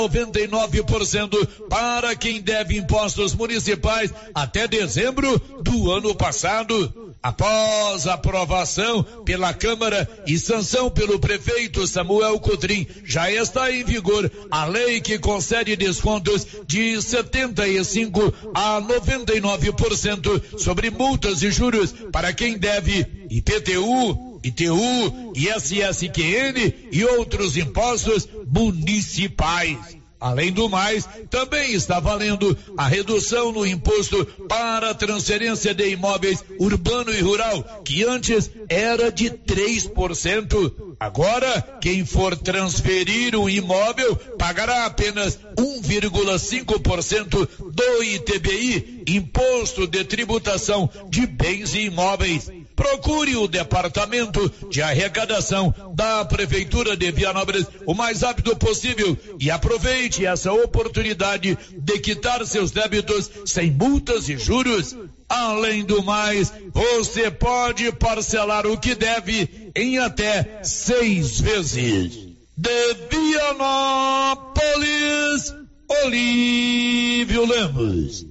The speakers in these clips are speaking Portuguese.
99% para quem deve impostos municipais até dezembro do ano passado. Após aprovação pela Câmara e sanção pelo prefeito Samuel Cotrim, já está em vigor a lei que concede descontos de 75% a 99% sobre multas e juros para quem deve IPTU, ITU, ISSQN e outros impostos municipais. Além do mais, também está valendo a redução no imposto para transferência de imóveis urbano e rural, que antes era de 3%. Agora, quem for transferir um imóvel pagará apenas 1,5% do ITBI, Imposto de Tributação de Bens e Imóveis. Procure o Departamento de Arrecadação da Prefeitura de Vianópolis o mais rápido possível e aproveite essa oportunidade de quitar seus débitos sem multas e juros. Além do mais, você pode parcelar o que deve em até 6 vezes. De Vianópolis, Olívio Lemos.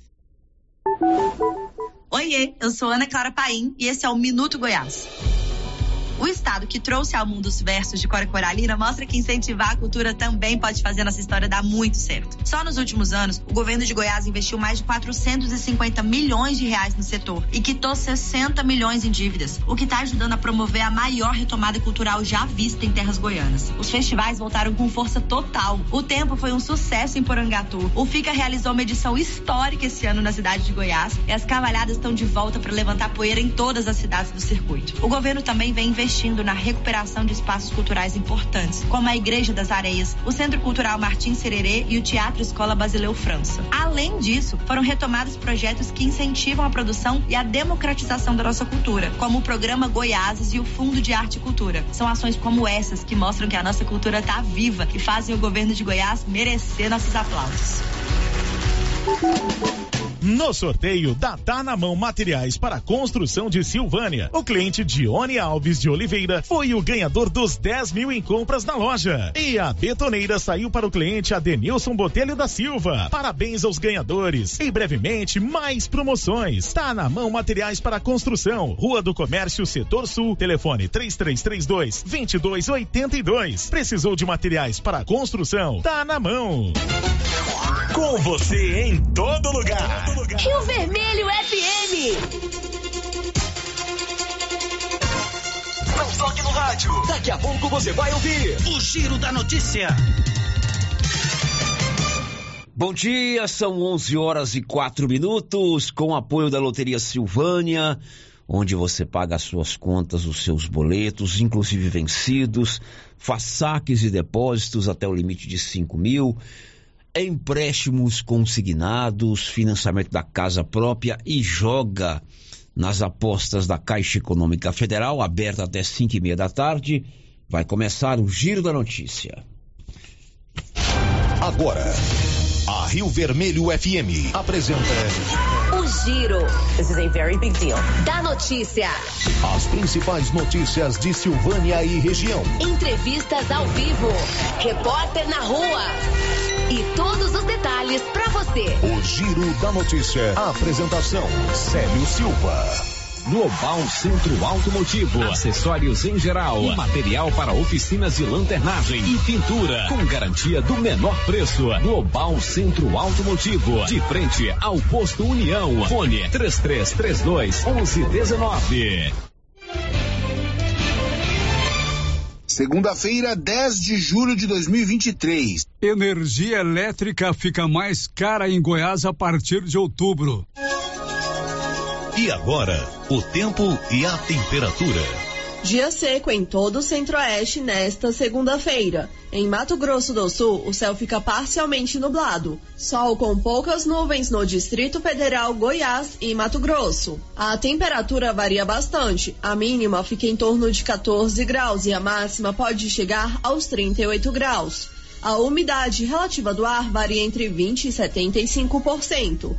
Oiê, eu sou Ana Clara Paim e esse é o Minuto Goiás. O estado que trouxe ao mundo os versos de Cora Coralina mostra que incentivar a cultura também pode fazer nossa história dar muito certo. Só nos últimos anos, o governo de Goiás investiu mais de 450 milhões de reais no setor e quitou 60 milhões em dívidas, o que está ajudando a promover a maior retomada cultural já vista em terras goianas. Os festivais voltaram com força total. O Tempo foi um sucesso em Porangatu. O FICA realizou uma edição histórica esse ano na cidade de Goiás e as cavalhadas estão de volta para levantar poeira em todas as cidades do circuito. O governo também vem investindo na recuperação de espaços culturais importantes, como a Igreja das Areias, o Centro Cultural Martins Sererê e o Teatro Escola Basileu França. Além disso, foram retomados projetos que incentivam a produção e a democratização da nossa cultura, como o Programa Goiáses e o Fundo de Arte e Cultura. São ações como essas que mostram que a nossa cultura está viva e fazem o governo de Goiás merecer nossos aplausos. No sorteio da Tá na Mão Materiais para Construção de Silvânia, o cliente Dione Alves de Oliveira foi o ganhador dos 10 mil em compras na loja. E a betoneira saiu para o cliente Adenilson Botelho da Silva. Parabéns aos ganhadores. E brevemente, mais promoções. Tá na Mão Materiais para Construção, Rua do Comércio, Setor Sul, telefone 3332-2282. Precisou de materiais para construção? Tá na mão. Com você em todo lugar. Rio Vermelho FM. Não toque no rádio. Daqui a pouco você vai ouvir o Giro da Notícia. Bom dia, são 11h04, com apoio da Loteria Silvânia, onde você paga as suas contas, os seus boletos, inclusive vencidos, faz saques e depósitos até o limite de 5 mil, empréstimos consignados, financiamento da casa própria e joga nas apostas da Caixa Econômica Federal, aberta até 5:30 da tarde. Vai começar o Giro da Notícia. Agora, a Rio Vermelho FM apresenta o Giro. This is a very big deal. Da notícia. As principais notícias de Silvânia e região. Entrevistas ao vivo. Repórter na rua. E todos os detalhes para você. O Giro da Notícia. A apresentação: Célio Silva. Global Centro Automotivo, acessórios em geral, material para oficinas de lanternagem e pintura, com garantia do menor preço. Global Centro Automotivo, de frente ao posto União. Fone 3332-1119. Segunda-feira, 10 de julho de 2023. Energia elétrica fica mais cara em Goiás a partir de outubro. E agora, o tempo e a temperatura. Dia seco em todo o Centro-Oeste nesta segunda-feira. Em Mato Grosso do Sul, o céu fica parcialmente nublado. Sol com poucas nuvens no Distrito Federal, Goiás e Mato Grosso. A temperatura varia bastante. A mínima fica em torno de 14 graus e a máxima pode chegar aos 38 graus. A umidade relativa do ar varia entre 20% e 75%.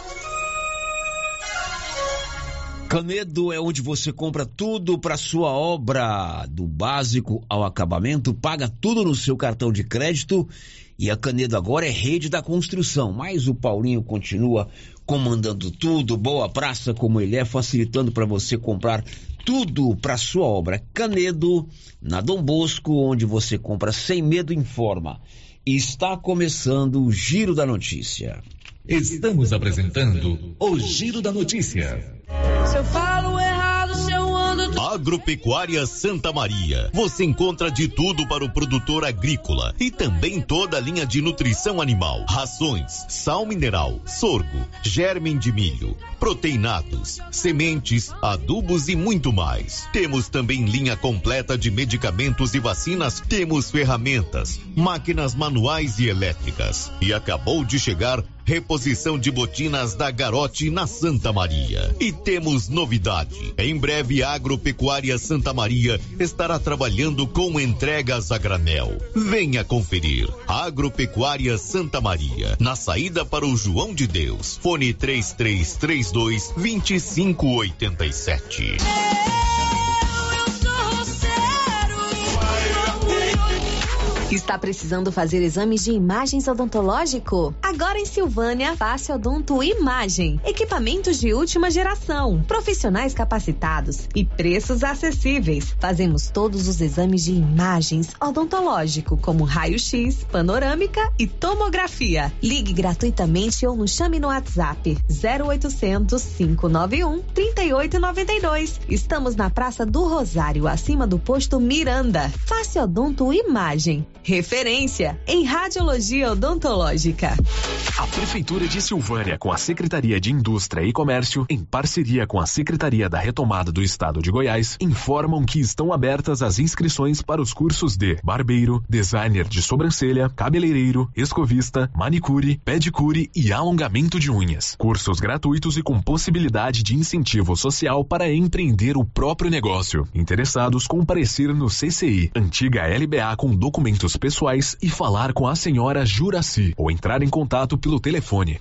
Canedo é onde você compra tudo para sua obra, do básico ao acabamento, paga tudo no seu cartão de crédito E a Canedo agora é rede da construção, mas o Paulinho continua comandando tudo, boa praça como ele é, facilitando para você comprar tudo para sua obra. Canedo, na Dom Bosco, onde você compra sem medo, informa. Está começando o Giro da Notícia. Estamos apresentando o Giro da Notícia. Se eu falo errado, se eu ando... Agropecuária Santa Maria. Você encontra de tudo para o produtor agrícola e também toda a linha de nutrição animal, rações, sal mineral, sorgo, germe de milho, proteinados, sementes, adubos e muito mais. Temos também linha completa de medicamentos e vacinas. Temos ferramentas, máquinas manuais e elétricas. E acabou de chegar reposição de botinas da Garote na Santa Maria. E temos novidade. Em breve, a Agropecuária Santa Maria estará trabalhando com entregas a granel. Venha conferir. Agropecuária Santa Maria, na saída para o João de Deus. Fone 3332-2587. Está precisando fazer exames de imagens odontológico? Agora em Silvânia, Face Odonto Imagem. Equipamentos de última geração, profissionais capacitados e preços acessíveis. Fazemos todos os exames de imagens odontológico, como raio-x, panorâmica e tomografia. Ligue gratuitamente ou nos chame no WhatsApp 0800 591 3892. Estamos na Praça do Rosário, acima do posto Miranda. Face Odonto Imagem. Referência em radiologia odontológica. A Prefeitura de Silvânia, com a Secretaria de Indústria e Comércio, em parceria com a Secretaria da Retomada do Estado de Goiás, informam que estão abertas as inscrições para os cursos de barbeiro, designer de sobrancelha, cabeleireiro, escovista, manicure, pedicure e alongamento de unhas. Cursos gratuitos e com possibilidade de incentivo social para empreender o próprio negócio. Interessados, comparecer no CCI, antiga LBA, com documentos pessoais e falar com a senhora Juraci ou entrar em contato pelo telefone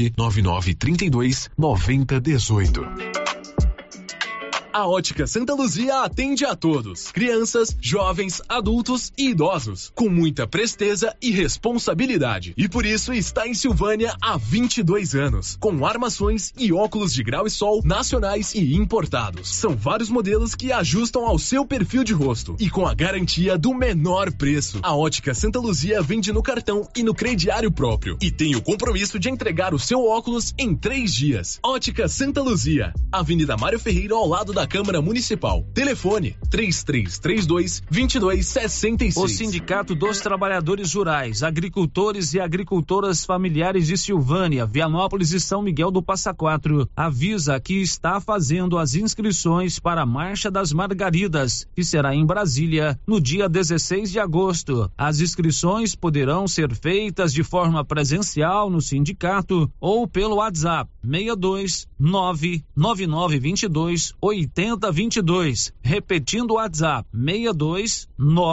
99932-9018. A Ótica Santa Luzia atende a todos, crianças, jovens, adultos e idosos, com muita presteza e responsabilidade. E por isso está em Silvânia há 22 anos, com armações e óculos de grau e sol nacionais e importados. São vários modelos que ajustam ao seu perfil de rosto e com a garantia do menor preço. A Ótica Santa Luzia vende no cartão e no crediário próprio e tem o compromisso de entregar o seu óculos em 3 dias. Ótica Santa Luzia, Avenida Mário Ferreira, ao lado da Câmara Municipal. Telefone 3332-2266. O Sindicato dos Trabalhadores Rurais, Agricultores e Agricultoras Familiares de Silvânia, Vianópolis e São Miguel do Passa Quatro avisa que está fazendo as inscrições para a Marcha das Margaridas, que será em Brasília no dia 16 de agosto. As inscrições poderão ser feitas de forma presencial no sindicato ou pelo WhatsApp 62 99922 8022, repetindo o WhatsApp 62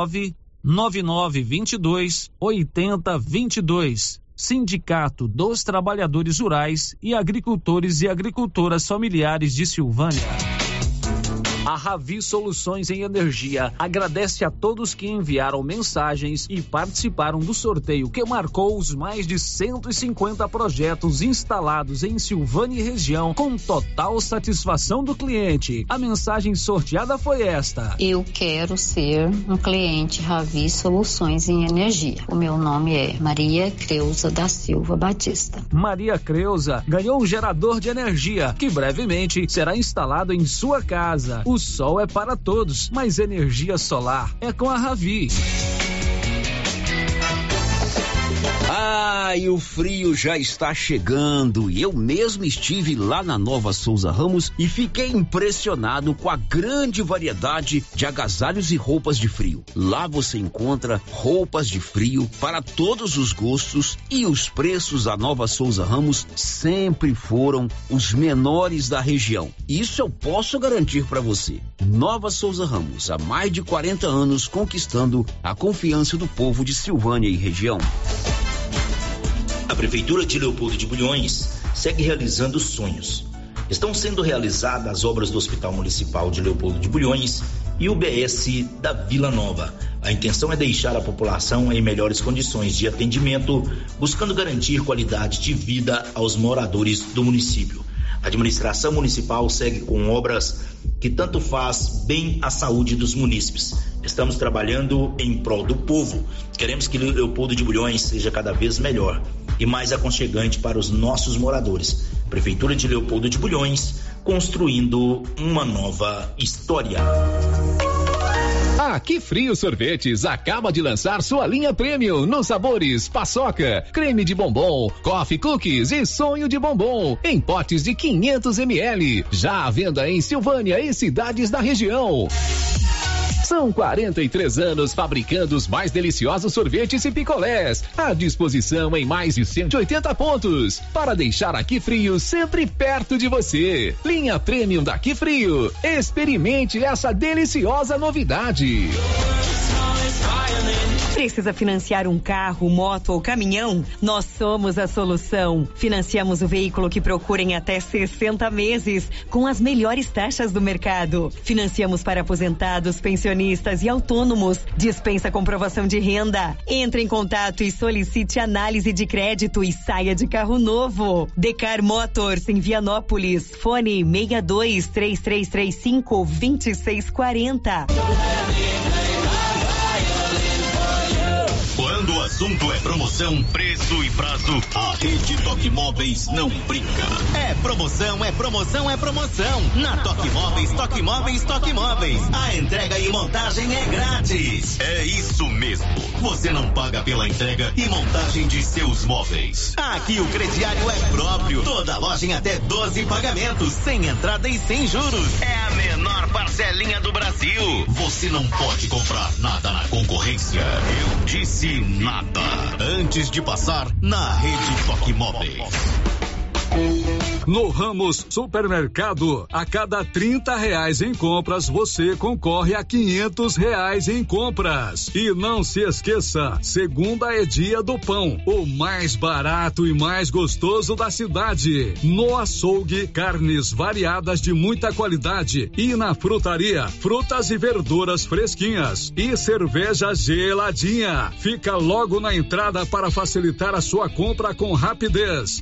99922 8022. Sindicato dos Trabalhadores Rurais e Agricultores e Agricultoras Familiares de Silvânia. A Ravi Soluções em Energia agradece a todos que enviaram mensagens e participaram do sorteio que marcou os mais de 150 projetos instalados em Silvânia e região com total satisfação do cliente. A mensagem sorteada foi esta: eu quero ser um cliente Ravi Soluções em Energia. O meu nome é Maria Creuza da Silva Batista. Maria Creuza ganhou um gerador de energia que brevemente será instalado em sua casa. O sol é para todos, mas energia solar é com a Ravi. E o frio já está chegando e eu mesmo estive lá na Nova Souza Ramos e fiquei impressionado com a grande variedade de agasalhos e roupas de frio. Lá você encontra roupas de frio para todos os gostos e os preços da Nova Souza Ramos sempre foram os menores da região. Isso eu posso garantir para você. Nova Souza Ramos, há mais de 40 anos conquistando a confiança do povo de Silvânia e região. A Prefeitura de Leopoldo de Bulhões segue realizando sonhos. Estão sendo realizadas as obras do Hospital Municipal de Leopoldo de Bulhões e o UBS da Vila Nova, A intenção é deixar a população em melhores condições de atendimento, buscando garantir qualidade de vida aos moradores do município. A administração municipal segue com obras que tanto faz bem à saúde dos munícipes. Estamos trabalhando em prol do povo. Queremos que Leopoldo de Bulhões seja cada vez melhor e mais aconchegante para os nossos moradores. Prefeitura de Leopoldo de Bulhões, construindo uma nova história. A Que Frio Sorvetes acaba de lançar sua linha Premium nos sabores paçoca, creme de bombom, coffee cookies e sonho de bombom em potes de 500 ml. Já à venda em Silvânia e cidades da região. São 43 anos fabricando os mais deliciosos sorvetes e picolés, à disposição em mais de 180 pontos, para deixar a Que Frio sempre perto de você. Linha Premium da Que Frio. Experimente essa deliciosa novidade. Precisa financiar um carro, moto ou caminhão? Nós somos a solução. Financiamos o veículo que procura em até 60 meses, com as melhores taxas do mercado. Financiamos para aposentados, pensionistas e autônomos. Dispensa comprovação de renda. Entre em contato e solicite análise de crédito e saia de carro novo. Decar Motors em Vianópolis. Fone 623335-2640. Quando o assunto é promoção, preço e prazo, a Rede Toque Móveis não brinca. É promoção, é promoção, é promoção. Na Toque Móveis, Toque Móveis, Toque Móveis. A entrega e montagem é grátis. É isso mesmo. Você não paga pela entrega e montagem de seus móveis. Aqui o crediário é próprio. Toda loja em até 12 pagamentos, sem entrada e sem juros. É a menor parcelinha do Brasil. Você não pode comprar nada na concorrência. Eu disse nada. Antes de passar na Rede Toque Móveis. No Ramos Supermercado, a cada R$30 em compras, você concorre a R$500 em compras. E não se esqueça, segunda é dia do pão, o mais barato e mais gostoso da cidade. No açougue, carnes variadas de muita qualidade. E na frutaria, frutas e verduras fresquinhas. E cerveja geladinha. Fica logo na entrada para facilitar a sua compra com rapidez.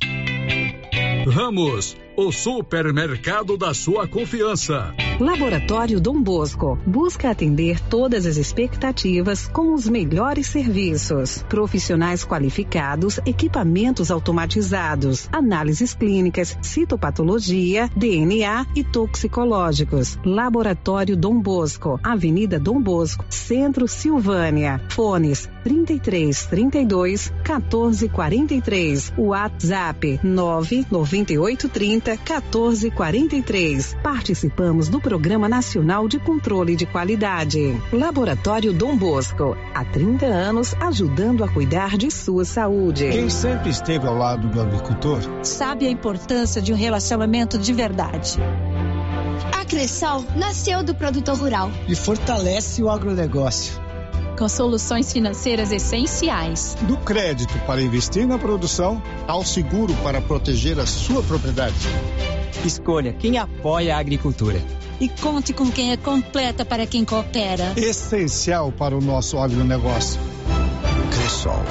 Ramos, o supermercado da sua confiança. Laboratório Dom Bosco busca atender todas as expectativas com os melhores serviços. Profissionais qualificados, equipamentos automatizados, análises clínicas, citopatologia, DNA e toxicológicos. Laboratório Dom Bosco, Avenida Dom Bosco, Centro Silvânia. Fones 3332 1443. WhatsApp 99830 1443. Participamos do Programa Nacional de Controle de Qualidade. Laboratório Dom Bosco, há 30 anos ajudando a cuidar de sua saúde. Quem sempre esteve ao lado do agricultor sabe a importância de um relacionamento de verdade. A Cressol nasceu do produtor rural e fortalece o agronegócio. Com soluções financeiras essenciais. Do crédito para investir na produção ao seguro para proteger a sua propriedade. Escolha quem apoia a agricultura. E conte com quem é completa para quem coopera. Essencial para o nosso agronegócio. Cressol.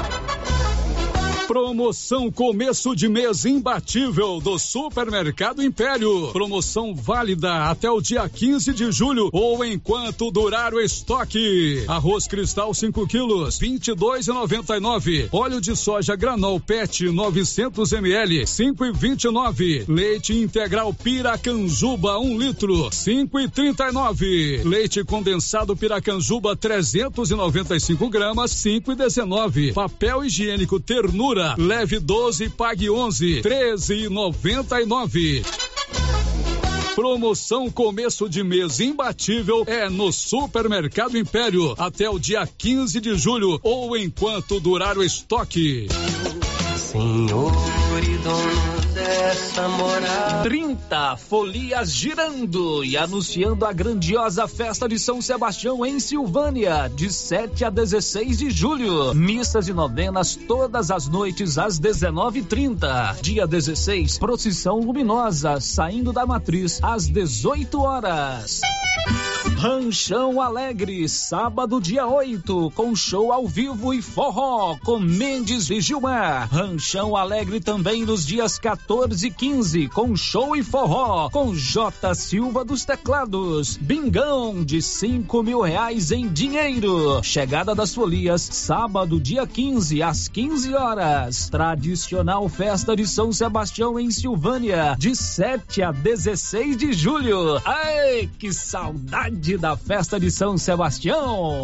Promoção começo de mês imbatível do Supermercado Império. Promoção válida até o dia 15 de julho ou enquanto durar o estoque. Arroz Cristal 5 quilos, 22,99. Óleo de soja Granol PET 900 ml, 5,29. Leite integral Piracanjuba 1 litro, 5,39. Leite condensado Piracanjuba 395 gramas, 5,19. Papel higiênico Ternura, leve 12 e pague 11, 13,99. Promoção começo de mês imbatível é no Supermercado Império até o dia 15 de julho ou enquanto durar o estoque. Senhor e dono dessa morada. 30 folias girando e anunciando a grandiosa festa de São Sebastião em Silvânia, de 7 a 16 de julho. Missas e novenas todas as noites às 19h30. Dia 16, procissão luminosa saindo da matriz às 18 horas. Ranchão Alegre, sábado dia 8, com show ao vivo e forró, com Mendes e Gilmar. Ranchão Alegre também nos dias 14 e 15, com show e forró, com J. Silva dos teclados. Bingão de R$5.000 em dinheiro. Chegada das folias, sábado dia 15, às 15 horas. Tradicional festa de São Sebastião em Silvânia, de 7 a 16 de julho. Ai, que saudade da festa de São Sebastião.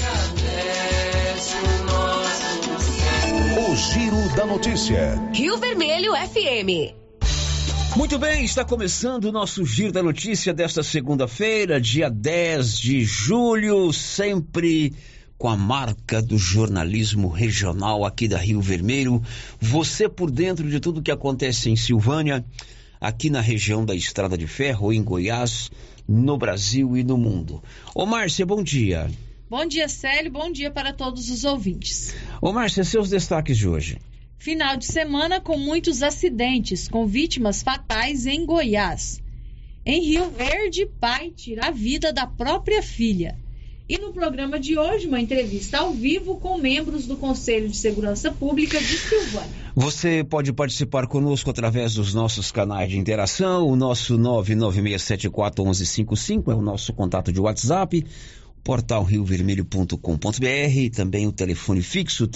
O Giro da Notícia. Rio Vermelho FM. Muito bem, está começando o nosso Giro da Notícia desta segunda-feira, dia 10 de julho, sempre com a marca do jornalismo regional aqui da Rio Vermelho. Você por dentro de tudo que acontece em Silvânia, aqui na região da Estrada de Ferro, em Goiás, no Brasil e no mundo. Ô Márcia, bom dia. Bom dia, Célio, bom dia para todos os ouvintes. Ô Márcia, seus destaques de hoje. Final de semana com muitos acidentes, com vítimas fatais em Goiás. Em Rio Verde, pai tira a vida da própria filha. E no programa de hoje, uma entrevista ao vivo com membros do Conselho de Segurança Pública de Silvânia. Você pode participar conosco através dos nossos canais de interação. O nosso 996741155 é o nosso contato de WhatsApp. Portal riovermelho.com.br, também o telefone fixo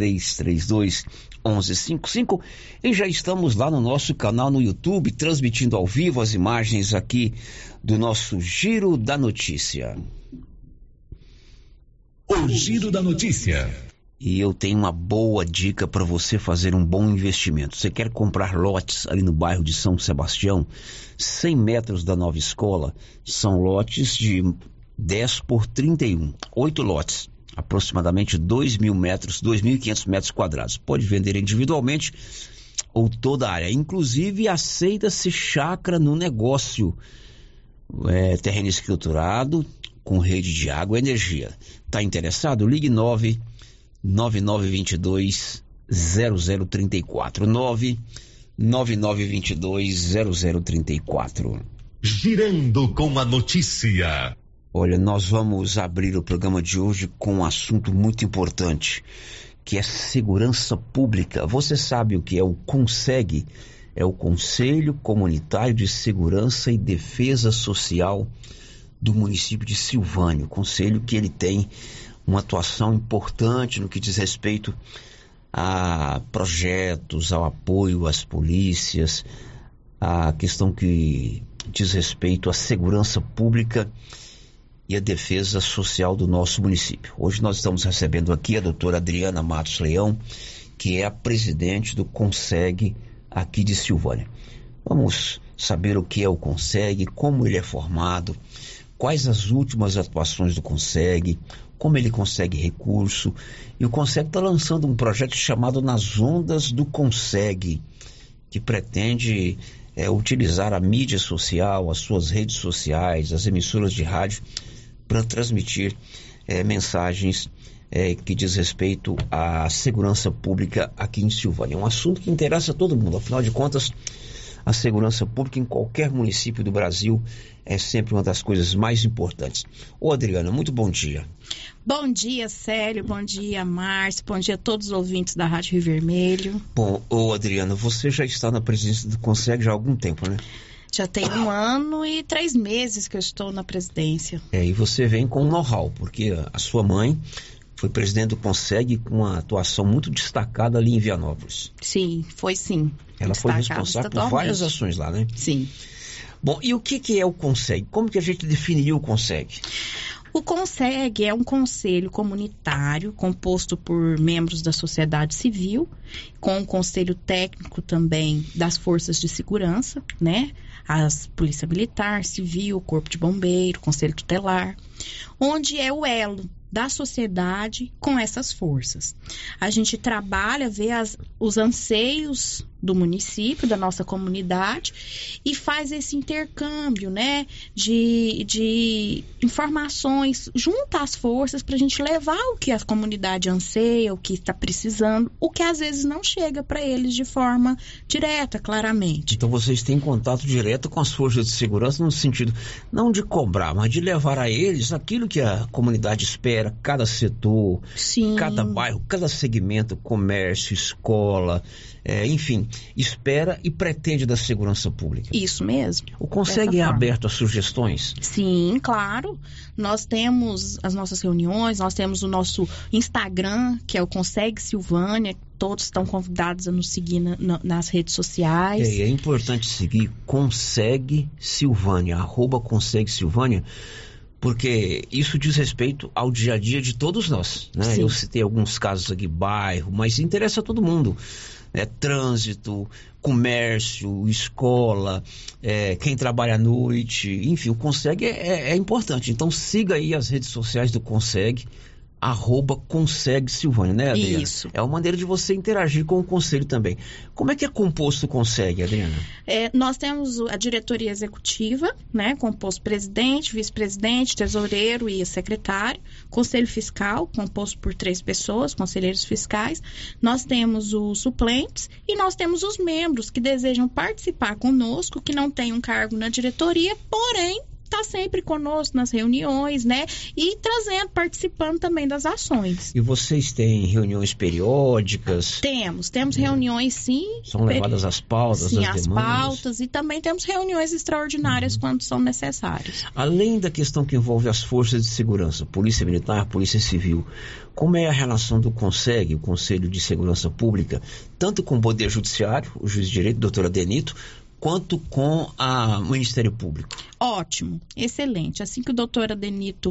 3332-1155. E já estamos lá no nosso canal no YouTube, transmitindo ao vivo as imagens aqui do nosso Giro da Notícia. O Giro da Notícia. E eu tenho uma boa dica para você fazer um bom investimento. Você quer comprar lotes ali no bairro de São Sebastião, 100 metros da nova escola, são lotes de 10 por 31, 8 lotes, aproximadamente 2.000 metros, 2.500 metros quadrados. Pode vender individualmente ou toda a área. Inclusive aceita-se chácara no negócio, terreno escriturado, com rede de água e energia. Está interessado? Ligue 99922-0034. 99922-0034. Girando com a notícia. Olha, nós vamos abrir o programa de hoje com um assunto muito importante, que é segurança pública. Você sabe o que é o CONSEG? É o Conselho Comunitário de Segurança e Defesa Social do município de Silvânia. O conselho que ele tem uma atuação importante no que diz respeito a projetos, ao apoio às polícias, a questão que diz respeito à segurança pública e a defesa social do nosso município. Hoje nós estamos recebendo aqui a doutora Adriana Matos Leão, que é a presidente do CONSEG aqui de Silvânia. Vamos saber o que é o CONSEG, como ele é formado, quais as últimas atuações do CONSEG, como ele consegue recurso. E o CONSEG está lançando um projeto chamado Nas Ondas do CONSEG, que pretende utilizar a mídia social, as suas redes sociais, as emissoras de rádio, para transmitir mensagens que diz respeito à segurança pública aqui em Silvânia. É um assunto que interessa a todo mundo, afinal de contas, a segurança pública em qualquer município do Brasil é sempre uma das coisas mais importantes. Ô Adriana, muito bom dia. Bom dia, Célio, bom dia, Márcio, bom dia a todos os ouvintes da Rádio Rio Vermelho. Bom, ô Adriana, você já está na presidência do CONSEG já há algum tempo, né? Já tem 1 ano e 3 meses que eu estou na presidência. E você vem com know-how, porque a sua mãe foi presidente do CONSEG com uma atuação muito destacada ali em Vianópolis. Sim, foi sim. Ela foi responsável por várias ações lá, né? Sim. Bom, e o que é o CONSEG? Como que a gente definiria o CONSEG? O CONSEG é um conselho comunitário composto por membros da sociedade civil, com um conselho técnico também das forças de segurança, né? As Polícia Militar, Civil, Corpo de Bombeiro, Conselho Tutelar, onde é o elo da sociedade com essas forças. A gente trabalha, vê os anseios do município, da nossa comunidade, e faz esse intercâmbio, né, de informações, junta as forças para a gente levar o que a comunidade anseia, o que está precisando, o que às vezes não chega para eles de forma direta, claramente. Então vocês têm contato direto com as forças de segurança no sentido não de cobrar, mas de levar a eles aquilo que a comunidade espera, cada setor, Sim. cada bairro, cada segmento, comércio, escola, enfim, espera e pretende da segurança pública. Isso mesmo. O Conseg é aberto a sugestões? Sim, claro. Nós temos as nossas reuniões, nós temos o nosso Instagram, que é o Conseg Silvânia. Todos estão convidados a nos seguir nas redes sociais. É importante seguir Conseg Silvânia, @Conseg Silvânia, porque isso diz respeito ao dia a dia de todos nós, né? Eu citei alguns casos aqui, bairro, mas interessa a todo mundo. Trânsito, comércio, escola, quem trabalha à noite, enfim, o Conseg é importante. Então siga aí as redes sociais do Conseg, @Conseg Silvânia, né, Adriana? Isso. É uma maneira de você interagir com o conselho também. Como é que é composto o Conseg, Adriana? Nós temos a diretoria executiva, né, composto presidente, vice-presidente, tesoureiro e secretário. Conselho fiscal, composto por 3 pessoas, conselheiros fiscais. Nós temos os suplentes e nós temos os membros que desejam participar conosco, que não têm um cargo na diretoria, porém está sempre conosco nas reuniões, né? E participando também das ações. E vocês têm reuniões periódicas? Temos reuniões, sim. São levadas as pautas, sim, as demandas? Sim, as pautas, e também temos reuniões extraordinárias quando são necessárias. Além da questão que envolve as forças de segurança, Polícia Militar, Polícia Civil, como é a relação do Conseg, o Conselho de Segurança Pública, tanto com o Poder Judiciário, o Juiz de Direito, doutor Adenito, quanto com o Ministério Público? Ótimo, excelente. Assim que o doutor Adenito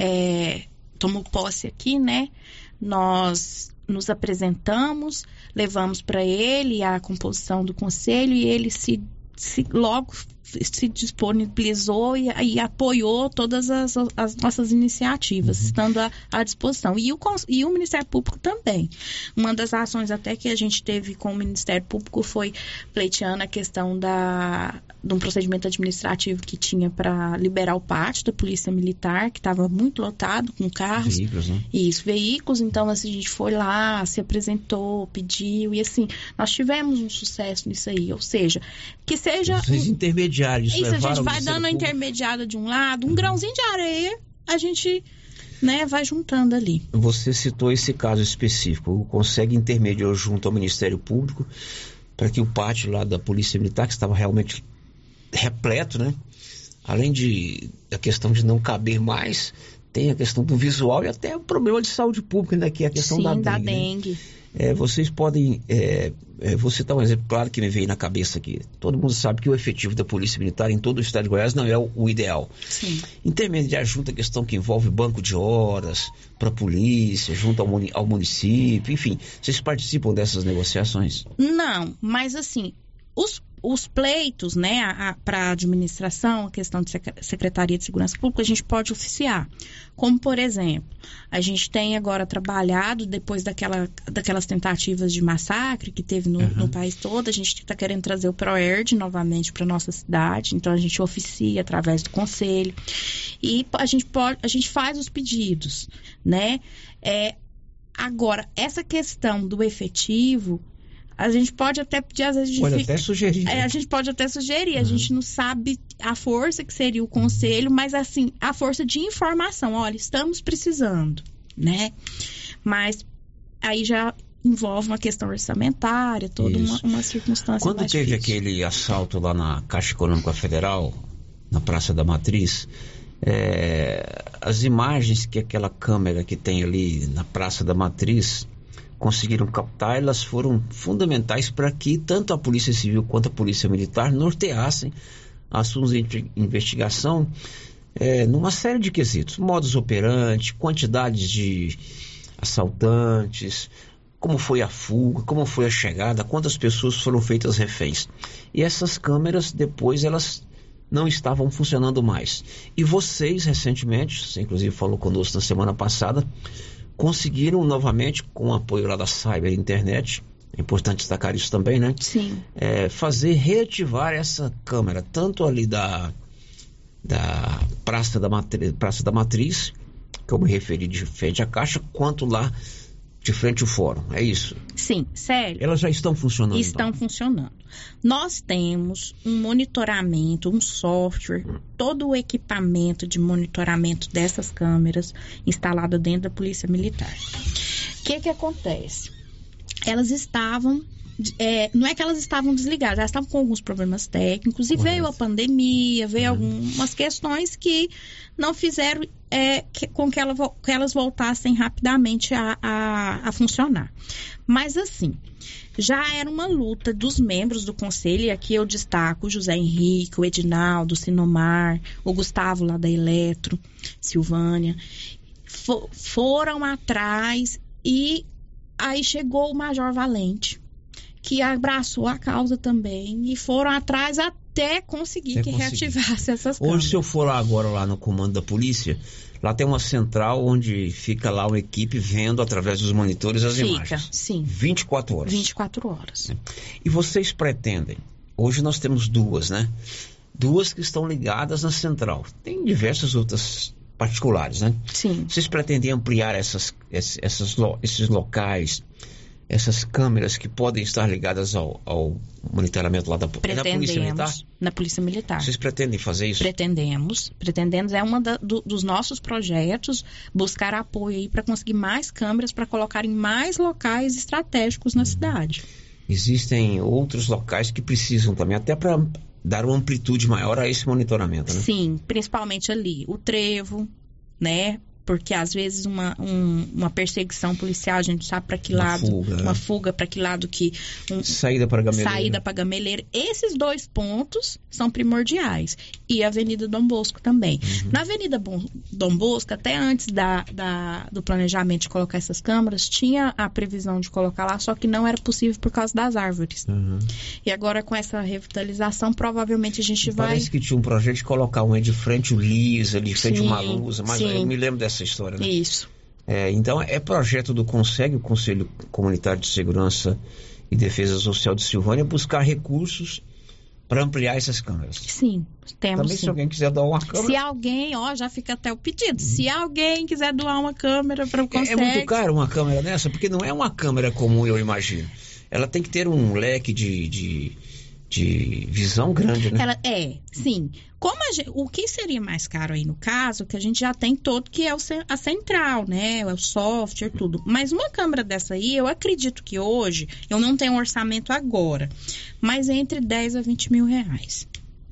tomou posse aqui, né, nós nos apresentamos, levamos para ele a composição do conselho e ele logo se disponibilizou e apoiou todas as nossas iniciativas, estando à disposição. E o Ministério Público também. Uma das ações até que a gente teve com o Ministério Público foi pleiteando a questão de um procedimento administrativo que tinha para liberar o pátio da Polícia Militar, que estava muito lotado com carros. Veículos, né? Isso, veículos. Então, assim, a gente foi lá, se apresentou, pediu, e assim, nós tivemos um sucesso nisso aí. Ou seja, que seja... Vocês intermediários. Isso, a gente vai dando a intermediada de um lado, um grãozinho de areia, a gente, né, vai juntando ali. Você citou esse caso específico, o Conseg intermediou junto ao Ministério Público para que o pátio lá da Polícia Militar, que estava realmente repleto, né? Além da questão de não caber mais, tem a questão do visual e até o problema de saúde pública, né? Que é a questão da dengue. Né? Vocês podem... vou citar um exemplo claro que me veio na cabeça aqui. Todo mundo sabe que o efetivo da Polícia Militar em todo o estado de Goiás não é o ideal. Sim. Intermediar junto a questão que envolve banco de horas para a polícia, junto ao município, enfim. Vocês participam dessas negociações? Não, mas assim, os pleitos, né, para a administração, a questão de Secretaria de Segurança Pública, a gente pode oficiar. Como, por exemplo, a gente tem agora trabalhado, depois daquelas tentativas de massacre que teve no país todo, a gente está querendo trazer o PROERD novamente para nossa cidade, então a gente oficia através do conselho. E a gente faz os pedidos, né? Agora, essa questão do efetivo, a gente pode até pedir, às vezes... Pode até sugerir. A gente pode até sugerir. A gente não sabe a força que seria o conselho, mas, assim, a força de informação. Olha, estamos precisando, né? Mas aí já envolve uma questão orçamentária, toda uma circunstância Quando mais teve difícil. aquele assalto lá na Caixa Econômica Federal, na Praça da Matriz, as imagens que aquela câmera que tem ali na Praça da Matriz conseguiram captar, elas foram fundamentais para que tanto a Polícia Civil quanto a Polícia Militar norteassem assuntos de investigação numa série de quesitos, modus operandi, quantidades de assaltantes, como foi a fuga, como foi a chegada, quantas pessoas foram feitas reféns. E essas câmeras depois elas não estavam funcionando mais. E vocês recentemente, você inclusive falou conosco na semana passada, conseguiram novamente, com o apoio lá da Cyber Internet, É importante destacar isso também, né? Sim. Fazer reativar essa câmera, tanto ali da Praça da Matriz, que eu me referi de frente à Caixa, quanto lá de frente ao Fórum. É isso? Sim, sério. Elas já estão funcionando? Estão funcionando. Nós temos um monitoramento, um software, todo o equipamento de monitoramento dessas câmeras instalado dentro da Polícia Militar. O que acontece? Elas estavam... não é que elas estavam desligadas, elas estavam com alguns problemas técnicos e veio a pandemia, veio algumas questões que não fizeram com que elas voltassem rapidamente a funcionar. Mas assim, já era uma luta dos membros do conselho, e aqui eu destaco o José Henrique, o Edinaldo, o Sinomar, o Gustavo lá da Eletro, Silvânia, foram atrás e aí chegou o Major Valente, que abraçou a causa também e foram atrás até conseguir reativasse essas câmeras. Hoje, se eu for lá agora, lá no comando da polícia, lá tem uma central onde fica lá uma equipe vendo através dos monitores as imagens. Sim. 24 horas. 24 horas. E vocês pretendem, hoje nós temos duas, né? Duas que estão ligadas na central. Tem diversas outras particulares, né? Sim. Vocês pretendem ampliar esses locais, essas câmeras que podem estar ligadas ao monitoramento lá da Polícia Militar? Na Polícia Militar. Vocês pretendem fazer isso? Pretendemos, é uma dos nossos projetos, buscar apoio aí para conseguir mais câmeras, para colocar em mais locais estratégicos na cidade. Existem outros locais que precisam também, até para dar uma amplitude maior a esse monitoramento, né? Sim, principalmente ali, o trevo, né? Porque às vezes uma perseguição policial, a gente sabe para que lado, uma fuga para que lado que... Saída para Gameleira. Esses dois pontos são primordiais. E a Avenida Dom Bosco também. Na Avenida Dom Bosco, até antes do planejamento de colocar essas câmeras, tinha a previsão de colocar lá, só que não era possível por causa das árvores. E agora com essa revitalização, provavelmente a gente vai... Parece que tinha um projeto de colocar um de frente o Lisa, ali de frente uma Lusa, mas eu me lembro dessa história, né? Isso. Então, é projeto do CONSEG, o Conselho Comunitário de Segurança e Defesa Social de Silvânia, buscar recursos para ampliar essas câmeras. Sim, temos. Também, se alguém quiser doar uma câmera... Se alguém, já fica até o pedido. Se alguém quiser doar uma câmera para o CONSEG... É muito caro uma câmera dessa, porque não é uma câmera comum, eu imagino. Ela tem que ter um leque de visão grande, né? Sim. O que seria mais caro aí no caso, que a gente já tem todo, que é a central, né? O software, tudo. Mas uma câmera dessa aí, eu acredito que hoje, eu não tenho um orçamento agora, mas é entre 10 a 20 mil reais.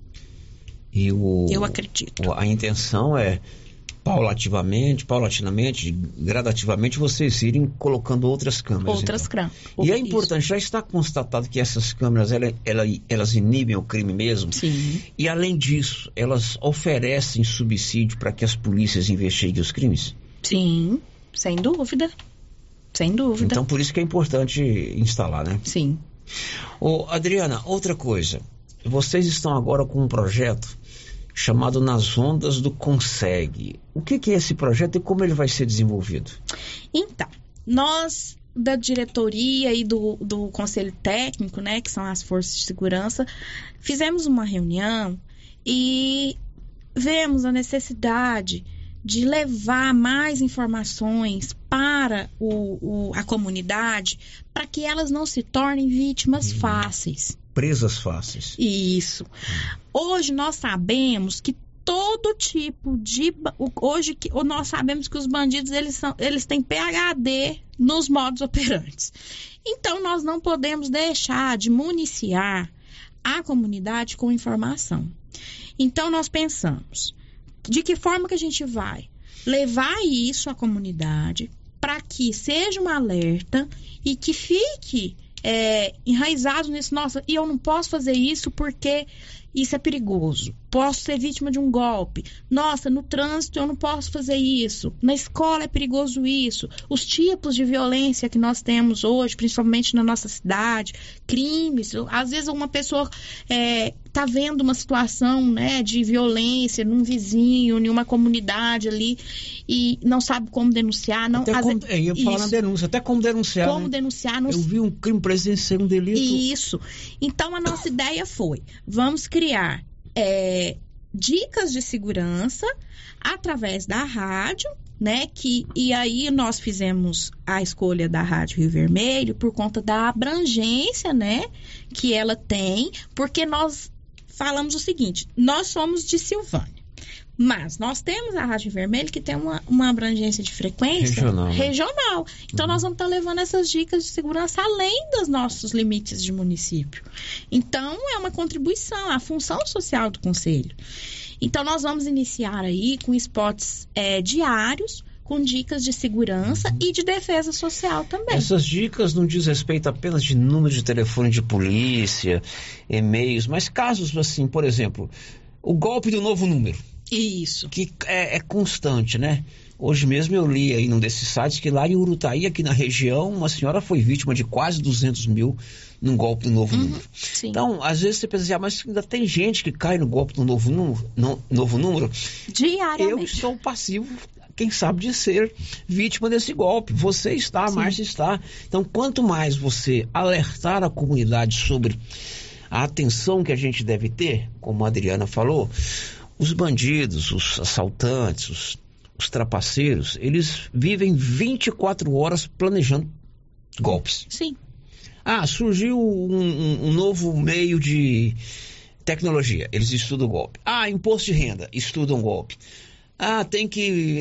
Eu acredito. A intenção é paulatinamente, gradativamente, vocês irem colocando outras câmeras. E é importante, já está constatado que essas câmeras, elas inibem o crime mesmo. Sim. E além disso, elas oferecem subsídio para que as polícias investiguem os crimes? Sim, sem dúvida. Então, por isso que é importante instalar, né? Sim. Adriana, outra coisa. Vocês estão agora com um projeto chamado Nas Ondas do CONSEG. O que é esse projeto e como ele vai ser desenvolvido? Então, nós da diretoria e do conselho técnico, né, que são as forças de segurança, fizemos uma reunião e vemos a necessidade de levar mais informações para a comunidade, para que elas não se tornem vítimas fáceis. Presas fáceis. Isso. Hoje nós sabemos que todo tipo de... nós sabemos que os bandidos, eles têm PhD nos modos operantes. Então, nós não podemos deixar de municiar a comunidade com informação. Então, nós pensamos, de que forma que a gente vai levar isso à comunidade para que seja um alerta e que fique enraizado nisso. Nossa, e eu não posso fazer isso porque isso é perigoso. Posso ser vítima de um golpe. Nossa, no trânsito eu não posso fazer isso. Na escola é perigoso isso. Os tipos de violência que nós temos hoje, principalmente na nossa cidade, crimes. Às vezes uma pessoa tá vendo uma situação, né, de violência num vizinho, em uma comunidade ali, e não sabe como denunciar. Não, eu ia falar na denúncia, até como denunciar. Como né? denunciar. Eu vi um crime presente ser um delito. Isso. Então, a nossa ideia foi, vamos criar dicas de segurança através da rádio, né? E aí nós fizemos a escolha da Rádio Rio Vermelho por conta da abrangência, né? Que ela tem, porque nós falamos o seguinte, nós somos de Silvânia, mas nós temos a Rádio Vermelho que tem uma abrangência de frequência regional. Então, nós vamos estar levando essas dicas de segurança além dos nossos limites de município. Então, é uma contribuição, a função social do Conselho. Então, nós vamos iniciar aí com spots diários, com dicas de segurança e de defesa social também. Essas dicas não diz respeito apenas de número de telefone de polícia, e-mails, mas casos assim, por exemplo, o golpe do novo número. Isso. Que é constante, né? Hoje mesmo eu li aí num desses sites que lá em Urutaí, aqui na região, uma senhora foi vítima de quase 200 mil num golpe do novo número. Sim. Então, às vezes você pensa assim, mas ainda tem gente que cai no golpe do novo número. Diariamente. Eu estou passivo, quem sabe, de ser vítima desse golpe. Você está, a Márcia está. Então, quanto mais você alertar a comunidade sobre a atenção que a gente deve ter, como a Adriana falou, os bandidos, os assaltantes, os trapaceiros, eles vivem 24 horas planejando golpes. Sim. Surgiu um novo meio de tecnologia, eles estudam o golpe. Imposto de renda, estudam o golpe. Tem que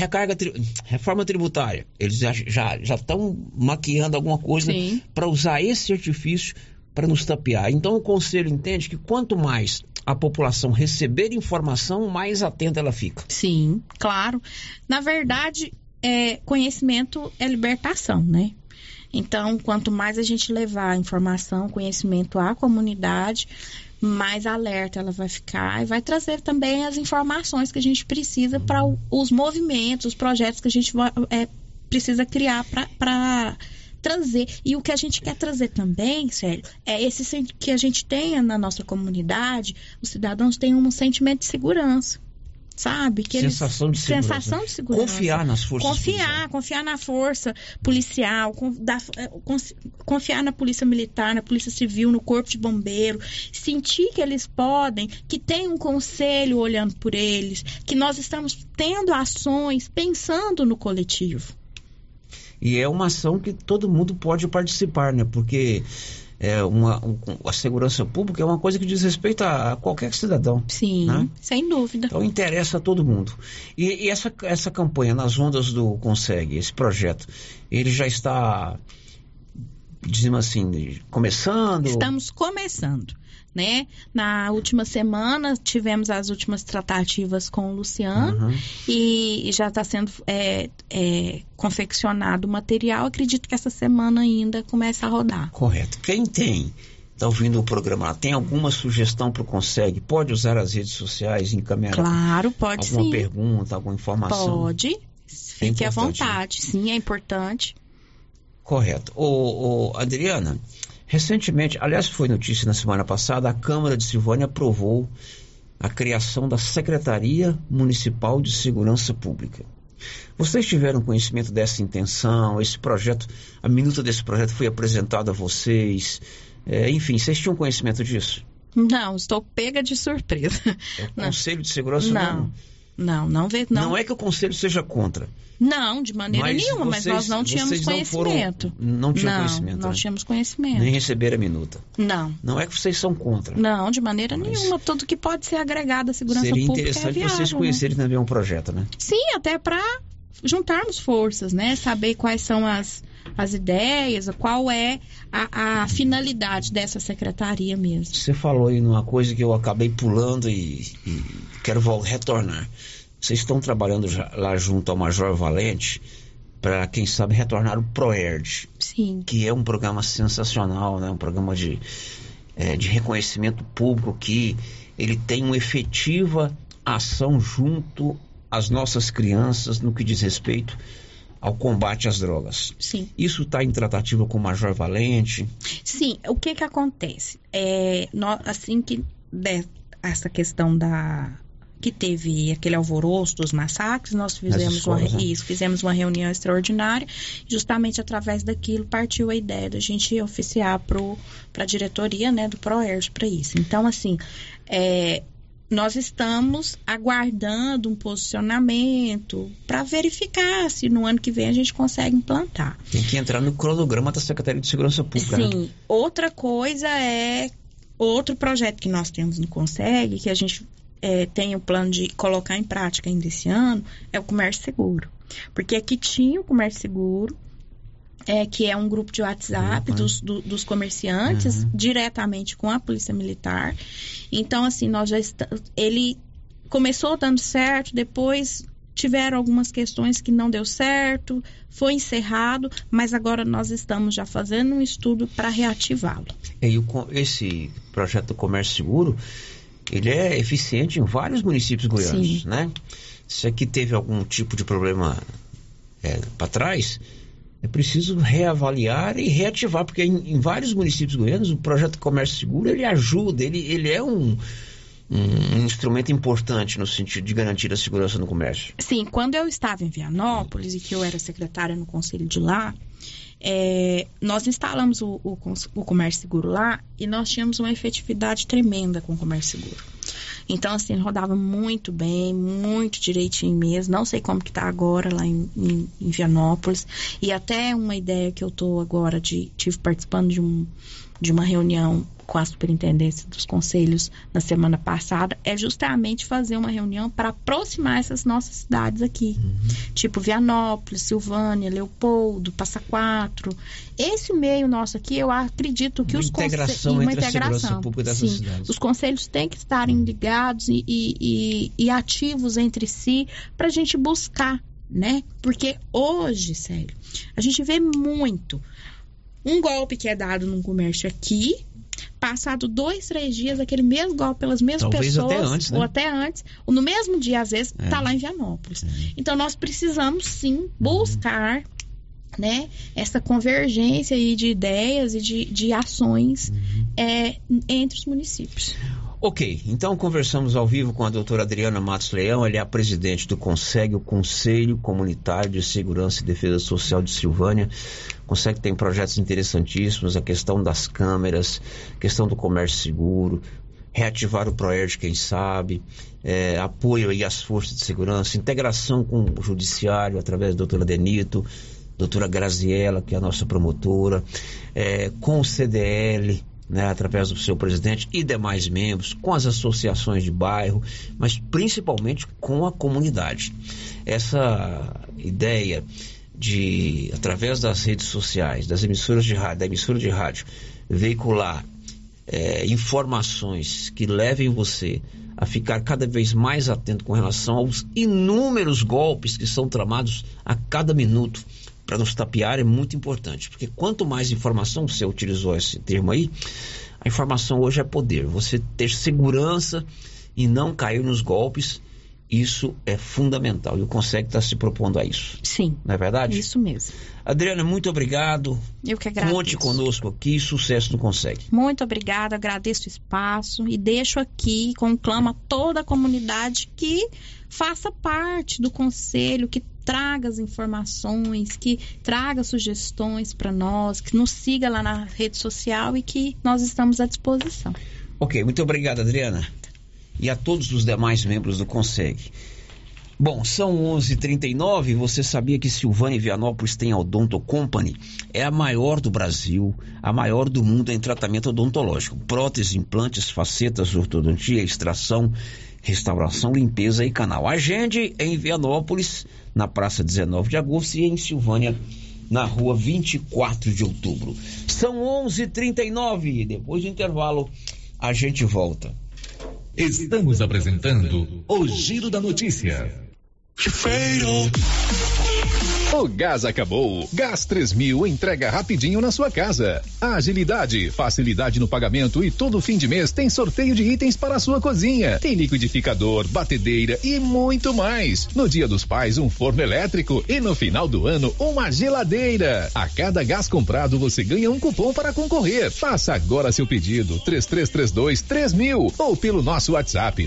reforma tributária, eles já estão maquiando alguma coisa para usar esse artifício para nos tapear. Então o Conselho entende que quanto mais a população receber informação, mais atenta ela fica. Sim, claro. Na verdade, conhecimento é libertação, né? Então, quanto mais a gente levar informação, conhecimento à comunidade, mais alerta ela vai ficar e vai trazer também as informações que a gente precisa para os movimentos, os projetos que a gente precisa criar para trazer. E o que a gente quer trazer também, Célio, é esse que a gente tenha na nossa comunidade, os cidadãos tenham um sentimento de segurança, sabe? Sensação de segurança. Sensação de segurança. Confiar nas forças policiais. Confiar na força policial, confiar na polícia militar, na polícia civil, no corpo de bombeiro, sentir que eles podem, que tem um conselho olhando por eles, que nós estamos tendo ações pensando no coletivo. E é uma ação que todo mundo pode participar, né? Porque a segurança pública é uma coisa que diz respeito a qualquer cidadão. Sim, né? Sem dúvida. Então interessa a todo mundo. E essa campanha nas ondas do Consegue, esse projeto, ele já está, dizemos assim, começando? Estamos começando, né? Na última semana tivemos as últimas tratativas com o Luciano e já está sendo confeccionado o material. Acredito que essa semana ainda começa a rodar. Correto. Quem está ouvindo o programa, tem alguma sugestão para o Consegue? Pode usar as redes sociais e encaminhar? Claro, pode sim. Alguma pergunta, alguma informação? Pode. Fique à vontade. Né? Sim, é importante. Correto. Adriana, recentemente, aliás, foi notícia na semana passada, a Câmara de Silvânia aprovou a criação da Secretaria Municipal de Segurança Pública. Vocês tiveram conhecimento dessa intenção? Esse projeto, a minuta desse projeto foi apresentada a vocês? Enfim, vocês tinham conhecimento disso? Não, estou pega de surpresa. O Conselho de Segurança não vê. Não é que o Conselho seja contra. Não, de maneira nenhuma, mas nós não tínhamos conhecimento. Não tinham conhecimento. Não tínhamos conhecimento. Nem receberam a minuta. Não. Não é que vocês são contra. Não, de maneira nenhuma. Tudo que pode ser agregado à segurança pública seria interessante vocês conhecerem também um projeto, né? Sim, até para juntarmos forças, né? Saber quais são as ideias, qual é a finalidade dessa secretaria mesmo. Você falou aí numa coisa que eu acabei pulando e quero retornar. Vocês estão trabalhando lá junto ao Major Valente para, quem sabe, retornar o ProERD. Sim. Que é um programa sensacional, né? Um programa de reconhecimento público que ele tem uma efetiva ação junto às nossas crianças no que diz respeito ao combate às drogas. Sim. Isso está em tratativa com o Major Valente? Sim. O que acontece? Assim que essa questão que teve aquele alvoroço dos massacres, nós fizemos uma reunião extraordinária, justamente através daquilo partiu a ideia da gente oficiar para a diretoria, né, do PROERD para isso. Então, assim, nós estamos aguardando um posicionamento para verificar se no ano que vem a gente consegue implantar. Tem que entrar no cronograma da Secretaria de Segurança Pública. Sim, né? Outra coisa outro projeto que nós temos no CONSEG, que a gente tem o plano de colocar em prática ainda esse ano, é o comércio seguro. Porque aqui tinha o comércio seguro, que é um grupo de WhatsApp dos comerciantes, diretamente com a Polícia Militar. Então, assim, nós já ele começou dando certo, depois tiveram algumas questões que não deu certo, foi encerrado, mas agora nós estamos já fazendo um estudo para reativá-lo. E esse projeto do comércio seguro, ele é eficiente em vários municípios goianos, né? Se aqui teve algum tipo de problema para trás, é preciso reavaliar e reativar, porque em vários municípios goianos o projeto Comércio Seguro, ele ajuda, ele é um instrumento importante no sentido de garantir a segurança no comércio. Sim, quando eu estava em Vianópolis e que eu era secretária no conselho de lá, nós instalamos o comércio seguro lá e nós tínhamos uma efetividade tremenda com o comércio seguro. Então, assim, ele rodava muito bem, muito direitinho mesmo. Não sei como que tá agora lá em Vianópolis. E até uma ideia que eu tô agora tive participando de uma reunião com a superintendência dos conselhos na semana passada, é justamente fazer uma reunião para aproximar essas nossas cidades aqui. Tipo Vianópolis, Silvânia, Leopoldo, Passa Quatro. Esse meio nosso aqui, eu acredito que uma integração entre a segurança pública dessas cidades. Os conselhos têm que estarem ligados e ativos entre si para a gente buscar, né? Porque hoje, sério, a gente vê muito um golpe que é dado num comércio aqui, passado 2, 3 dias, aquele mesmo golpe pelas mesmas talvez pessoas, até antes, né? ou até antes, ou no mesmo dia, às vezes, tá lá em Vianópolis. Então, nós precisamos, sim, buscar, né, essa convergência aí de ideias e de ações entre os municípios. Ok, então conversamos ao vivo com a doutora Adriana Matos Leão, ela é a presidente do CONSEG, o Conselho Comunitário de Segurança e Defesa Social de Silvânia. O CONSEG tem projetos interessantíssimos, a questão das câmeras, a questão do comércio seguro, reativar o PROERD, quem sabe, apoio aí às forças de segurança, integração com o judiciário através da doutora Denito, doutora Graziella, que é a nossa promotora, com o CDL, né, através do seu presidente e demais membros, com as associações de bairro, mas principalmente com a comunidade. Essa ideia de, através das redes sociais, das emissoras de rádio, da emissora de rádio, veicular informações que levem você a ficar cada vez mais atento com relação aos inúmeros golpes que são tramados a cada minuto para nos tapear, é muito importante, porque quanto mais informação, você utilizou esse termo aí, a informação hoje é poder. Você ter segurança e não cair nos golpes, isso é fundamental, e o CONSEG está se propondo a isso. Sim. Não é verdade? Isso mesmo. Adriana, muito obrigado. Eu que agradeço. Conte conosco aqui, sucesso no CONSEG. Muito obrigada, agradeço o espaço e deixo aqui, conclamo a toda a comunidade que faça parte do conselho, que traga as informações, que traga sugestões para nós, que nos siga lá na rede social e que nós estamos à disposição. Ok, muito obrigado, Adriana. E a todos os demais membros do CONSEG. Bom, são 11h39, você sabia que Silvânia e Vianópolis tem a Odonto Company? É a maior do Brasil, a maior do mundo em tratamento odontológico. Próteses, implantes, facetas, ortodontia, extração, restauração, limpeza e canal. Agende em Vianópolis, na Praça 19 de Agosto, e em Silvânia, na Rua 24 de Outubro. São 11h39, depois do intervalo a gente volta. Estamos apresentando o Giro da Notícia. O gás acabou. Gás 3000 entrega rapidinho na sua casa. Agilidade, facilidade no pagamento e todo fim de mês tem sorteio de itens para a sua cozinha. Tem liquidificador, batedeira e muito mais. No Dia dos Pais, um forno elétrico e no final do ano, uma geladeira. A cada gás comprado, você ganha um cupom para concorrer. Faça agora seu pedido, 3332-3000 ou pelo nosso WhatsApp,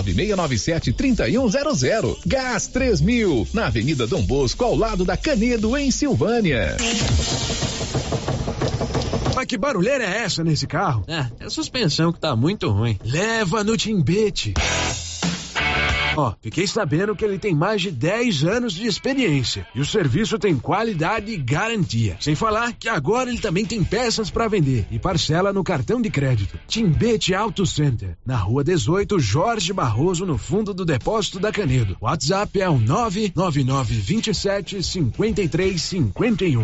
99697-3100. Gás 3000, na Avenida Dom Bosco, ao lado da Canedo, em Silvânia. Mas que barulheira é essa nesse carro? É a suspensão que tá muito ruim. Leva no Timbete. Ó, fiquei sabendo que ele tem mais de 10 anos de experiência e o serviço tem qualidade e garantia. Sem falar que agora ele também tem peças para vender e parcela no cartão de crédito. Timbete Auto Center, na Rua 18, Jorge Barroso, no fundo do depósito da Canedo. O WhatsApp é o 99927-5351.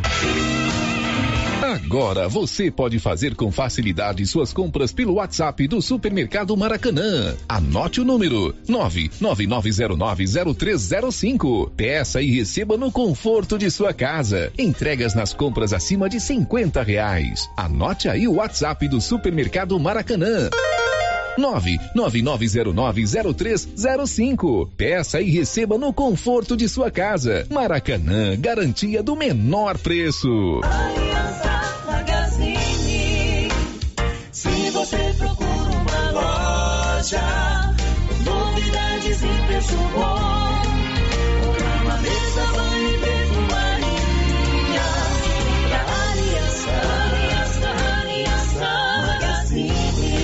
Agora você pode fazer com facilidade suas compras pelo WhatsApp do Supermercado Maracanã. Anote o número 999090305. Peça e receba no conforto de sua casa. Entregas nas compras acima de R$50. Anote aí o WhatsApp do Supermercado Maracanã. 999090305. Peça e receba no conforto de sua casa. Maracanã, garantia do menor preço. Aliança Magazine. Se você procura uma loja, novidades e preço bom, comprar uma mesa, banho e perfumaria, pra Aliança Magazine.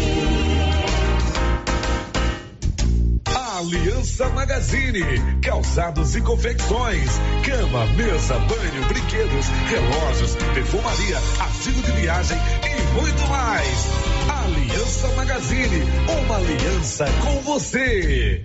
Aliança Magazine, calçados e confecções, cama, mesa, banho, brinquedos, relógios, perfumaria, artigo de viagem e muito mais. Aliança Magazine, uma aliança com você.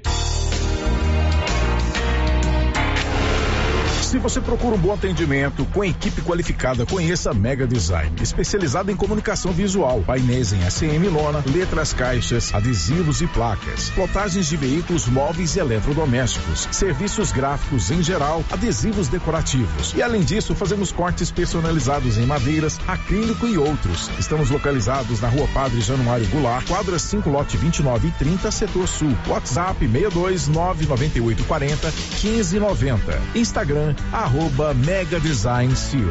Se você procura um bom atendimento com equipe qualificada, conheça a Mega Design, especializada em comunicação visual, painéis em ACM lona, letras, caixas, adesivos e placas, plotagens de veículos móveis e eletrodomésticos, serviços gráficos em geral, adesivos decorativos. E além disso, fazemos cortes personalizados em madeiras, acrílico e outros. Estamos localizados na Rua Padre Januário Goulart, quadra 5, lote 29 e 30, setor sul. WhatsApp 62998401590. Instagram @Mega Design Sil.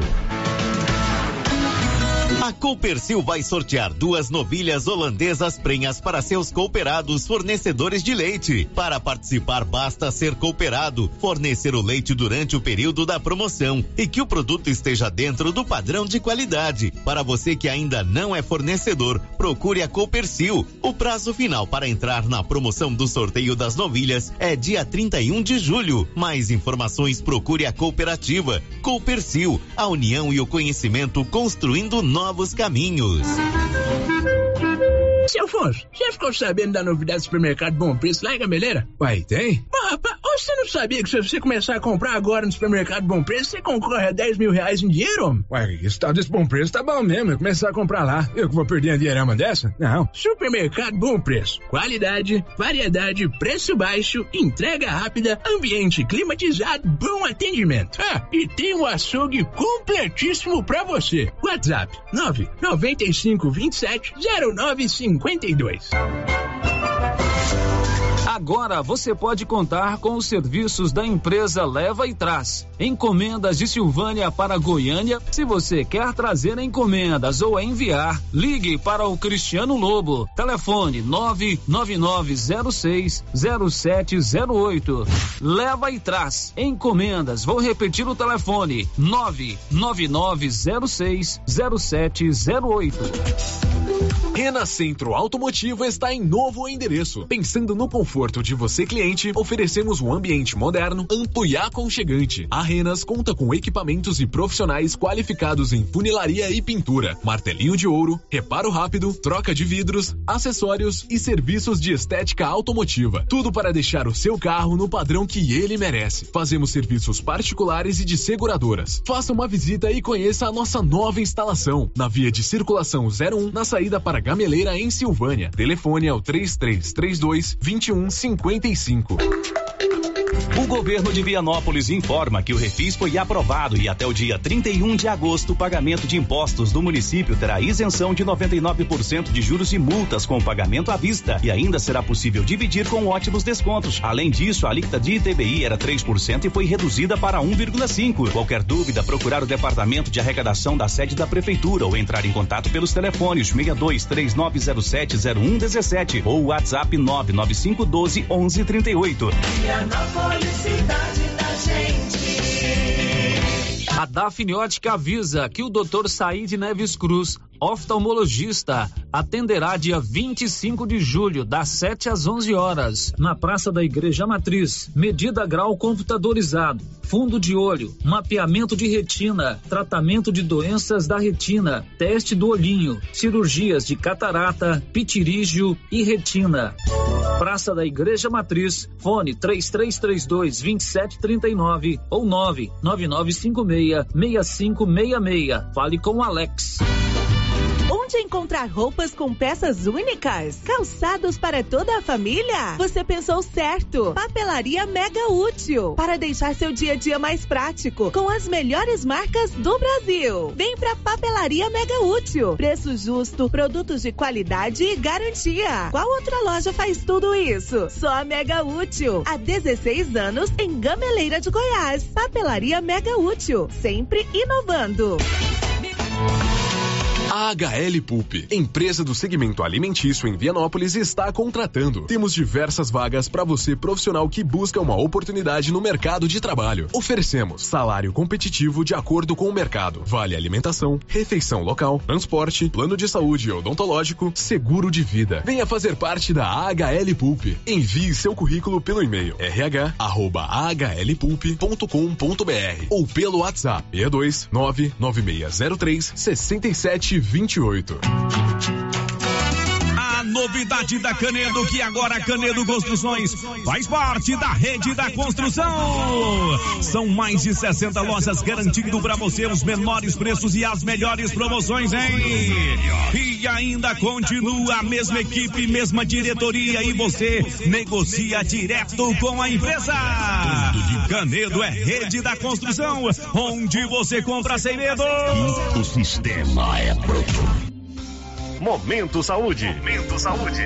A Copercil vai sortear 2 novilhas holandesas prenhas para seus cooperados fornecedores de leite. Para participar, basta ser cooperado, fornecer o leite durante o período da promoção e que o produto esteja dentro do padrão de qualidade. Para você que ainda não é fornecedor, procure a Copercil. O prazo final para entrar na promoção do sorteio das novilhas é dia 31 de julho. Mais informações, procure a cooperativa. Copercil, a união e o conhecimento construindo novos caminhos. Seu Afonso, você ficou sabendo da novidade do supermercado Bom Preço lá em Gameleira? Uai, tem? Rapaz, você não sabia que se você começar a comprar agora no supermercado Bom Preço, você concorre a R$10 mil em dinheiro? Uai, esse tal desse Bom Preço tá bom mesmo, eu começar a comprar lá. Eu que vou perder a dinheirama dessa? Não. Supermercado Bom Preço. Qualidade, variedade, preço baixo, entrega rápida, ambiente climatizado, bom atendimento. Ah, e tem um açougue completíssimo pra você. WhatsApp 995270952. Agora você pode contar com os serviços da empresa Leva e Traz. Encomendas de Silvânia para Goiânia. Se você quer trazer encomendas ou enviar, ligue para o Cristiano Lobo. Telefone 999060708. Leva e Traz. Encomendas. Vou repetir o telefone: 999060708. Rena Centro Automotivo está em novo endereço. Pensando no conforto de você, cliente, oferecemos um ambiente moderno, amplo e aconchegante. A Renas conta com equipamentos e profissionais qualificados em funilaria e pintura, martelinho de ouro, reparo rápido, troca de vidros, acessórios e serviços de estética automotiva. Tudo para deixar o seu carro no padrão que ele merece. Fazemos serviços particulares e de seguradoras. Faça uma visita e conheça a nossa nova instalação na via de circulação 01, na saída para Gameleira, em Silvânia. Telefone é o 3332-2155. O governo de Vianópolis informa que o Refis foi aprovado e até o dia 31 de agosto o pagamento de impostos do município terá isenção de 99% de juros e multas com pagamento à vista e ainda será possível dividir com ótimos descontos. Além disso, a alíquota de ITBI era 3% e foi reduzida para 1,5%. Qualquer dúvida, procurar o departamento de arrecadação da sede da prefeitura ou entrar em contato pelos telefones 6239070117 ou WhatsApp 995121138. Vianópolis, cidade da gente. A Dafniótica avisa que o Dr. Saíde Neves Cruz, oftalmologista, atenderá dia 25 de julho, das 7 às 11 horas, na Praça da Igreja Matriz. Medida grau computadorizado, fundo de olho, mapeamento de retina, tratamento de doenças da retina, teste do olhinho, cirurgias de catarata, pitirígio e retina. Praça da Igreja Matriz, fone 3332-2739 ou 99956-6566. Fale com o Alex. Onde encontrar roupas com peças únicas? Calçados para toda a família? Você pensou certo. Papelaria Mega Útil, para deixar seu dia a dia mais prático, com as melhores marcas do Brasil. Vem pra Papelaria Mega Útil. Preço justo, produtos de qualidade e garantia. Qual outra loja faz tudo isso? Só a Mega Útil. Há 16 anos em Gameleira de Goiás. Papelaria Mega Útil, sempre inovando. A HL Pulp, empresa do segmento alimentício em Vianópolis, está contratando. Temos diversas vagas para você profissional que busca uma oportunidade no mercado de trabalho. Oferecemos salário competitivo de acordo com o mercado, vale alimentação, refeição local, transporte, plano de saúde odontológico, seguro de vida. Venha fazer parte da HL Pulp. Envie seu currículo pelo e-mail rh@hlpulp.com.br ou pelo WhatsApp 62 99603 6728. A novidade da Canedo, que agora a Canedo Construções faz parte da rede da construção. São mais de 60 lojas garantindo para você os menores preços e as melhores promoções, hein? E ainda continua a mesma equipe, mesma diretoria e você negocia direto com a empresa. Tudo de Canedo é rede da construção, onde você compra sem medo. O sistema é pronto. Momento Saúde. Momento Saúde.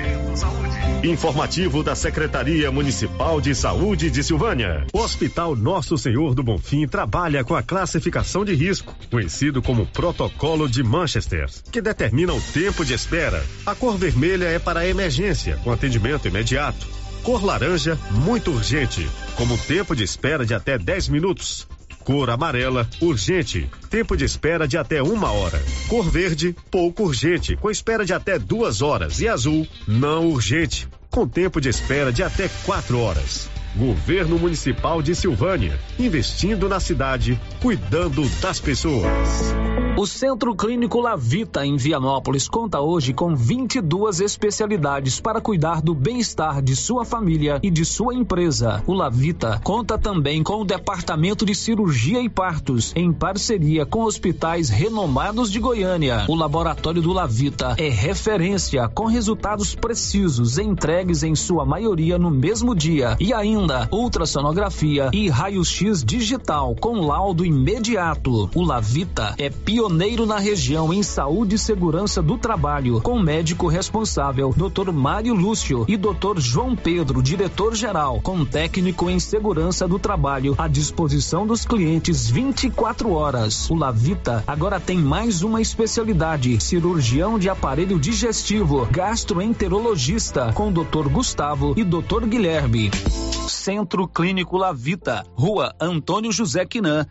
Informativo da Secretaria Municipal de Saúde de Silvânia. O Hospital Nosso Senhor do Bonfim trabalha com a classificação de risco, conhecido como Protocolo de Manchester, que determina o tempo de espera. A cor vermelha é para emergência, com atendimento imediato. Cor laranja, muito urgente, como tempo de espera de até 10 minutos. Cor amarela, urgente, tempo de espera de até 1 hora. Cor verde, pouco urgente, com espera de até 2 horas. E azul, não urgente, com tempo de espera de até 4 horas. Governo Municipal de Silvânia, investindo na cidade, cuidando das pessoas. O Centro Clínico Lavita, em Vianópolis, conta hoje com 22 especialidades para cuidar do bem-estar de sua família e de sua empresa. O Lavita conta também com o Departamento de Cirurgia e Partos, em parceria com hospitais renomados de Goiânia. O Laboratório do Lavita é referência, com resultados precisos, entregues em sua maioria no mesmo dia. E ainda, ultrassonografia e raio-x digital, com laudo imediato. O Lavita é pioneiro na região em saúde e segurança do trabalho, com médico responsável Dr. Mário Lúcio e Dr. João Pedro, diretor-geral, com técnico em segurança do trabalho à disposição dos clientes 24 horas. O Lavita agora tem mais uma especialidade: cirurgião de aparelho digestivo, gastroenterologista, com Dr. Gustavo e Dr. Guilherme. Centro Clínico Lavita, Rua Antônio José Quinan,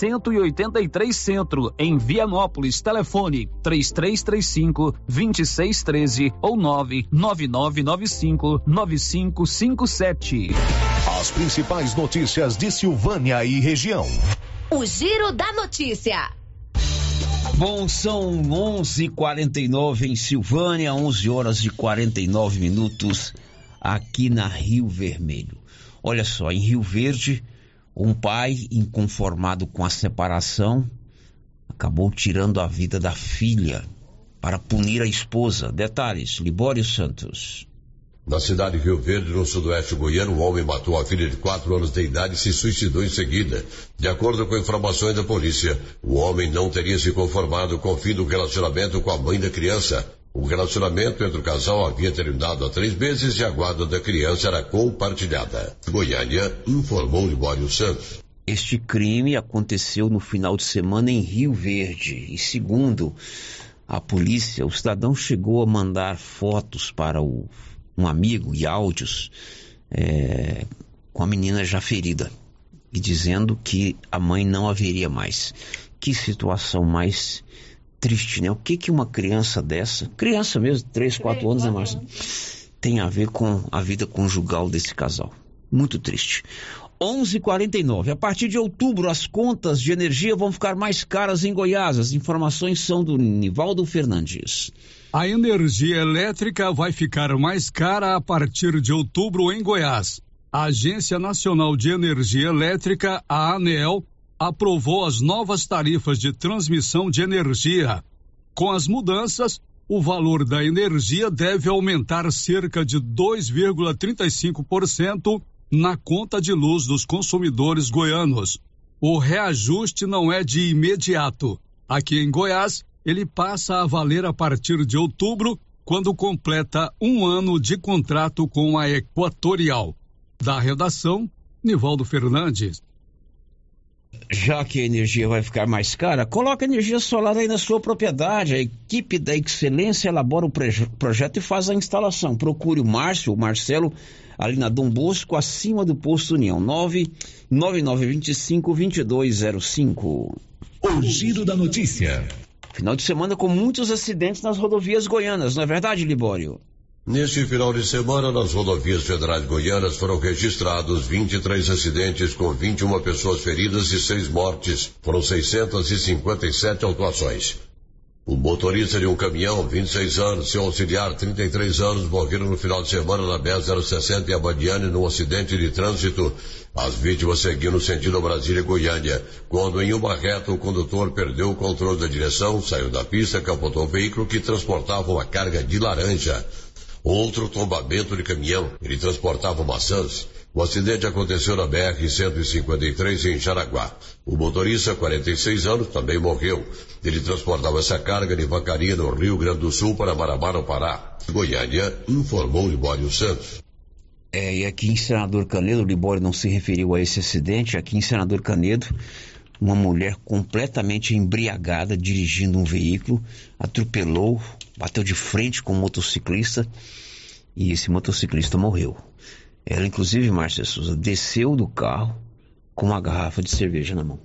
183 Centro, em Vianópolis. Telefone 3335-2613 ou 99995-9557. As principais notícias de Silvânia e região. O Giro da Notícia. Bom, são 11h49 em Silvânia, 11h49 aqui na Rio Vermelho. Olha só, em Rio Verde, um pai inconformado com a separação acabou tirando a vida da filha para punir a esposa. Detalhes, Libório Santos. Na cidade de Rio Verde, no sudoeste goiano, um homem matou a filha de 4 anos de idade e se suicidou em seguida. De acordo com informações da polícia, o homem não teria se conformado com o fim do relacionamento com a mãe da criança. O relacionamento entre o casal havia terminado há 3 meses e a guarda da criança era compartilhada. Goiânia, informou Libório Santos. Este crime aconteceu no final de semana em Rio Verde e, segundo a polícia, o cidadão chegou a mandar fotos para um amigo e áudios com a menina já ferida e dizendo que a mãe não a veria mais. Que situação mais triste, né? O que uma criança dessa, criança mesmo, 3, 4 anos, né, Márcia, tem a ver com a vida conjugal desse casal? Muito triste. 11h49. A partir de outubro, as contas de energia vão ficar mais caras em Goiás. As informações são do Nivaldo Fernandes. A energia elétrica vai ficar mais cara a partir de outubro em Goiás. A Agência Nacional de Energia Elétrica, a ANEEL, aprovou as novas tarifas de transmissão de energia. Com as mudanças, o valor da energia deve aumentar cerca de 2,35% na conta de luz dos consumidores goianos. O reajuste não é de imediato. Aqui em Goiás, ele passa a valer a partir de outubro, quando completa 1 ano de contrato com a Equatorial. Da redação, Nivaldo Fernandes. Já que a energia vai ficar mais cara, coloca energia solar aí na sua propriedade. A equipe da Excelência elabora o projeto e faz a instalação. Procure o Márcio, o Marcelo, ali na Dom Bosco, acima do Posto União. 99925-2205. O giro da notícia. Final de semana com muitos acidentes nas rodovias goianas, não é verdade, Libório? Neste final de semana, nas rodovias federais goianas foram registrados 23 acidentes com 21 pessoas feridas e 6 mortes. Foram 657 autuações. O motorista de um caminhão, 26 anos, seu auxiliar, 33 anos, morreram no final de semana na BR-060 em Abadiane num acidente de trânsito. As vítimas seguiam no sentido Brasília-Goiânia. Quando em uma reta o condutor perdeu o controle da direção, saiu da pista, capotou o veículo que transportava uma carga de laranja. Outro tombamento de caminhão, ele transportava maçãs. O acidente aconteceu na BR-153 em Jaraguá. O motorista, 46 anos, também morreu. Ele transportava essa carga de Vacaria, no Rio Grande do Sul, para Marabá, no Pará. Goiânia, informou Libório Santos. E aqui em Senador Canedo, o Libório não se referiu a esse acidente. Aqui em Senador Canedo, uma mulher completamente embriagada, dirigindo um veículo, atropelou, bateu de frente com um motociclista e esse motociclista morreu. Ela, inclusive, Márcia Souza, desceu do carro com uma garrafa de cerveja na mão.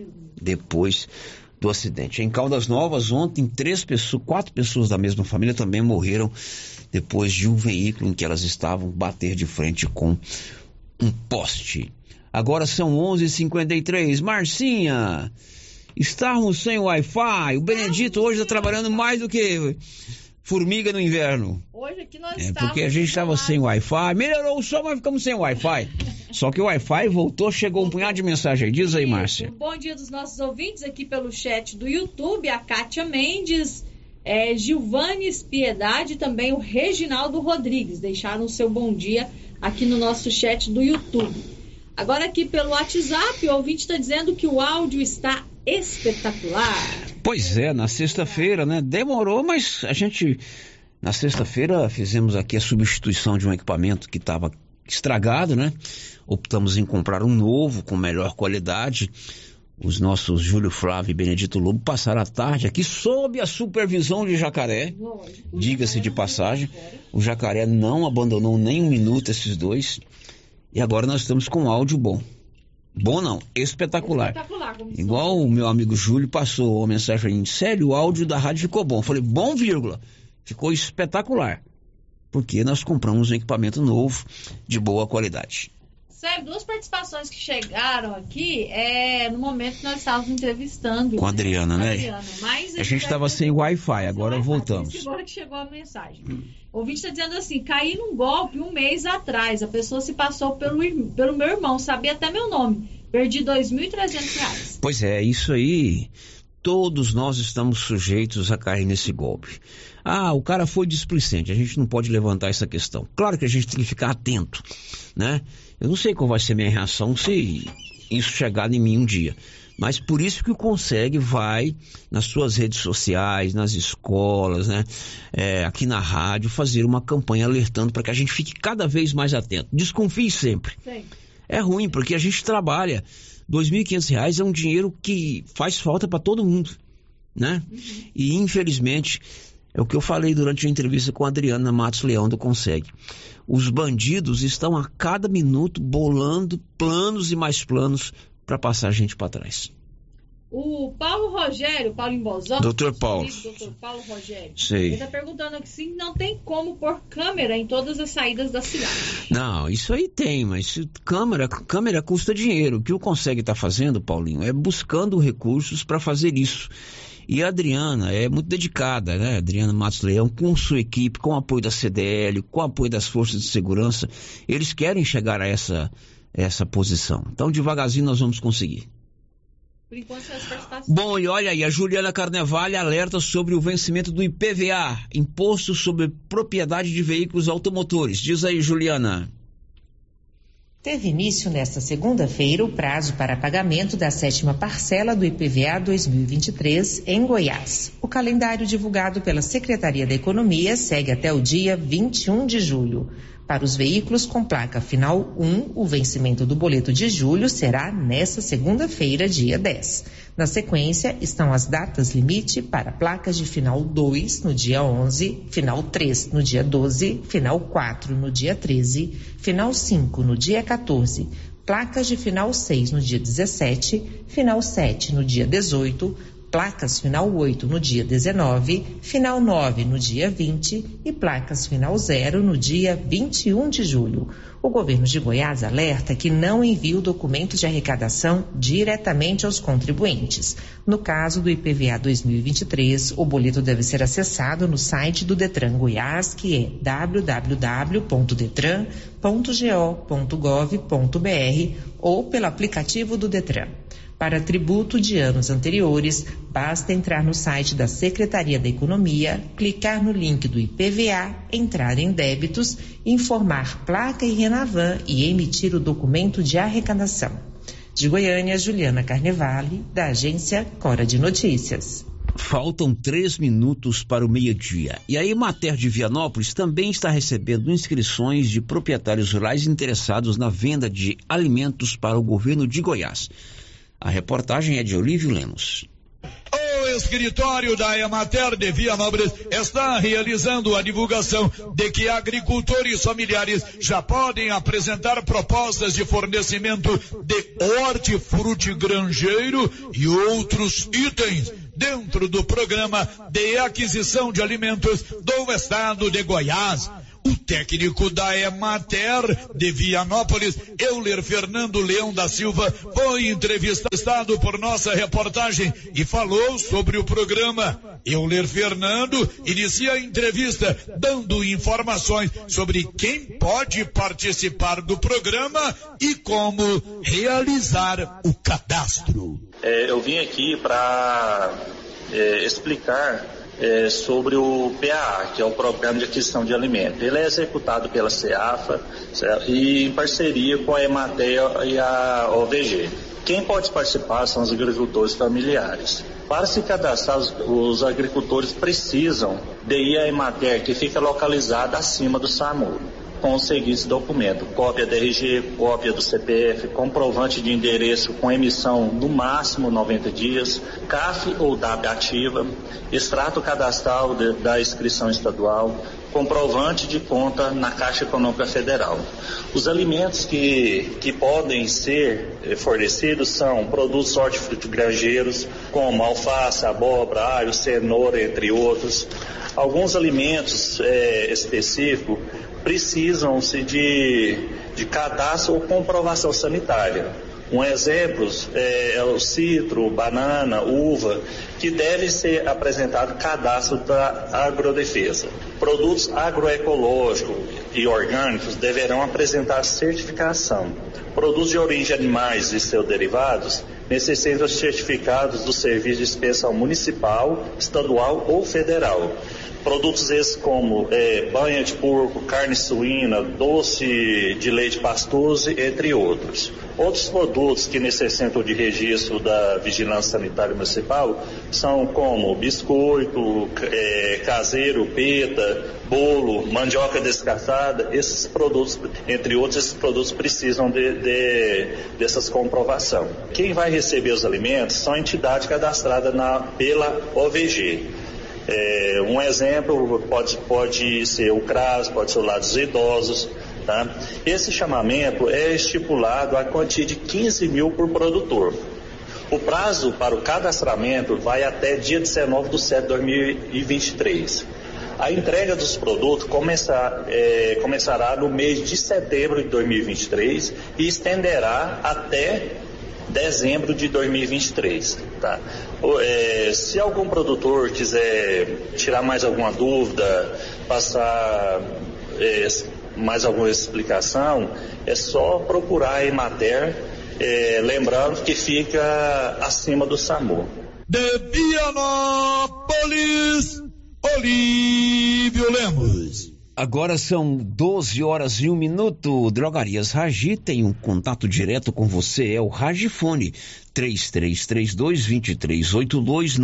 Depois do acidente. Em Caldas Novas, ontem, 4 pessoas da mesma família também morreram depois de um veículo em que elas estavam bater de frente com um poste. Agora são 11h53. Marcinha, estamos sem Wi-Fi. O Benedito hoje está trabalhando mais do que formiga no inverno. Hoje aqui nós estamos... Porque a gente estava sem Wi-Fi. Melhorou o som, mas ficamos sem Wi-Fi. Só que o Wi-Fi voltou, chegou um punhado de mensagem. Diz aí, Márcia. Bom dia dos nossos ouvintes aqui pelo chat do YouTube. A Kátia Mendes, Gilvanes Piedade e também o Reginaldo Rodrigues. Deixaram o seu bom dia aqui no nosso chat do YouTube. Agora aqui pelo WhatsApp, o ouvinte está dizendo que o áudio está espetacular. Pois é, na sexta-feira, né? Demorou, mas a gente... Na sexta-feira fizemos aqui a substituição de um equipamento que estava estragado, né? Optamos em comprar um novo, com melhor qualidade. Os nossos Júlio Flávio e Benedito Lobo passaram a tarde aqui sob a supervisão de Jacaré. Diga-se de passagem, o Jacaré não abandonou nem um minuto esses dois. E agora nós estamos com um áudio bom. Bom não, espetacular. Igual o meu amigo Júlio passou uma mensagem aí, sério, o áudio da rádio ficou bom. Eu falei, bom, vírgula, ficou espetacular. Porque nós compramos um equipamento novo, de boa qualidade. Sério, 2 participações que chegaram aqui, no momento que nós estávamos entrevistando. Com a Adriana, né? Mas a gente estava sem Wi-Fi, agora voltamos. Agora que chegou a mensagem. O ouvinte está dizendo assim, caí num golpe 1 mês atrás, a pessoa se passou pelo meu irmão, sabia até meu nome, perdi R$2.300. Pois é, isso aí, todos nós estamos sujeitos a cair nesse golpe. o cara foi displicente, a gente não pode levantar essa questão. Claro que a gente tem que ficar atento, né? Eu não sei qual vai ser a minha reação se isso chegar em mim um dia. Mas por isso que o Conseg vai nas suas redes sociais, nas escolas, né? Aqui na rádio, fazer uma campanha alertando para que a gente fique cada vez mais atento. Desconfie sempre. Sim. É ruim, porque a gente trabalha. R$2.500 é um dinheiro que faz falta para todo mundo, né? Uhum. E infelizmente, é o que eu falei durante a entrevista com a Adriana Matos Leão do Conseg. Os bandidos estão a cada minuto bolando planos e mais planos para passar a gente para trás. O Paulo Imbozó. Doutor Paulo Rogério. Sei. Ele está perguntando aqui se não tem como pôr câmera em todas as saídas da cidade. Não, isso aí tem, mas câmera custa dinheiro. O que o Conseg está fazendo, Paulinho, é buscando recursos para fazer isso. E a Adriana é muito dedicada, né? Adriana Matos Leão, com sua equipe, com o apoio da CDL, com o apoio das forças de segurança, eles querem chegar a essa posição. Então, devagarzinho nós vamos conseguir. Por enquanto, bom, e olha aí, a Juliana Carnevale alerta sobre o vencimento do IPVA, Imposto sobre Propriedade de Veículos Automotores. Diz aí, Juliana. Teve início nesta segunda-feira o prazo para pagamento da 7ª parcela do IPVA 2023 em Goiás. O calendário divulgado pela Secretaria da Economia segue até o dia 21 de julho. Para os veículos com placa final 1, o vencimento do boleto de julho será nesta segunda-feira, dia 10. Na sequência, estão as datas limite para placas de final 2 no dia 11, final 3 no dia 12, final 4 no dia 13, final 5 no dia 14, placas de final 6 no dia 17, final 7 no dia 18, placas final 8 no dia 19, final 9 no dia 20 e placas final 0 no dia 21 de julho. O governo de Goiás alerta que não envia o documento de arrecadação diretamente aos contribuintes. No caso do IPVA 2023, o boleto deve ser acessado no site do Detran Goiás, que é www.detran.go.gov.br ou pelo aplicativo do Detran. Para tributo de anos anteriores, basta entrar no site da Secretaria da Economia, clicar no link do IPVA, entrar em débitos, informar placa e Renavan e emitir o documento de arrecadação. De Goiânia, Juliana Carnevale, da agência Cora de Notícias. Faltam 3 minutos para o meio-dia. E a Emater de Vianópolis também está recebendo inscrições de proprietários rurais interessados na venda de alimentos para o governo de Goiás. A reportagem é de Olívio Lemos. O escritório da Emater de Vianópolis está realizando a divulgação de que agricultores familiares já podem apresentar propostas de fornecimento de hortifruti granjeiro e outros itens dentro do programa de aquisição de alimentos do estado de Goiás. O técnico da Emater de Vianópolis, Euler Fernando Leão da Silva, foi entrevistado por nossa reportagem e falou sobre o programa. Euler Fernando inicia a entrevista dando informações sobre quem pode participar do programa e como realizar o cadastro. Eu vim aqui para explicar sobre o PAA, que é o Programa de Aquisição de Alimentos. Ele é executado pela CEAFA e em parceria com a Emater e a OVG. Quem pode participar são os agricultores familiares. Para se cadastrar, os agricultores precisam de ir à Emater, que fica localizada acima do SAMU, com os seguintes documentos: cópia da RG, cópia do CPF, comprovante de endereço com emissão no máximo 90 dias, CAF ou DAB ativa, extrato cadastral da inscrição estadual, comprovante de conta na Caixa Econômica Federal. Os alimentos que podem ser fornecidos são produtos hortifrutigranjeiros, como alface, abóbora, alho, cenoura, entre outros. Alguns alimentos específicos precisam-se de cadastro ou comprovação sanitária. Um exemplo é o citro, banana, uva, que deve ser apresentado cadastro da Agrodefesa. Produtos agroecológicos e orgânicos deverão apresentar certificação. Produtos de origem animais e seus derivados necessitam certificados do Serviço de Inspeção Municipal, Estadual ou Federal. Produtos esses como banha de porco, carne suína, doce de leite pastoso, entre outros. Outros produtos que necessitam de registro da Vigilância Sanitária Municipal são como biscoito, caseiro, peta, bolo, mandioca descascada. Esses produtos, entre outros, esses produtos precisam dessas comprovações. Quem vai receber os alimentos são entidades cadastradas pela OVG. Um exemplo pode ser o CRAS, pode ser o Lar dos Idosos. Tá? Esse chamamento é estipulado a quantia de 15 mil por produtor. O prazo para o cadastramento vai até dia 19/7/2023. A entrega dos produtos começará no mês de setembro de 2023 e estenderá até dezembro de 2023, tá? Se algum produtor quiser tirar mais alguma dúvida, passar mais alguma explicação, é só procurar a Emater, lembrando que fica acima do SAMU. De Vianópolis, Olívio Lemos. Agora são 12h01. Drogarias Ragi tem um contato direto com você, é o Ragifone 3332-2382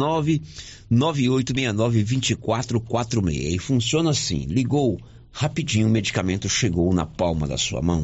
99869-2446. E funciona assim, ligou rapidinho, o medicamento chegou na palma da sua mão.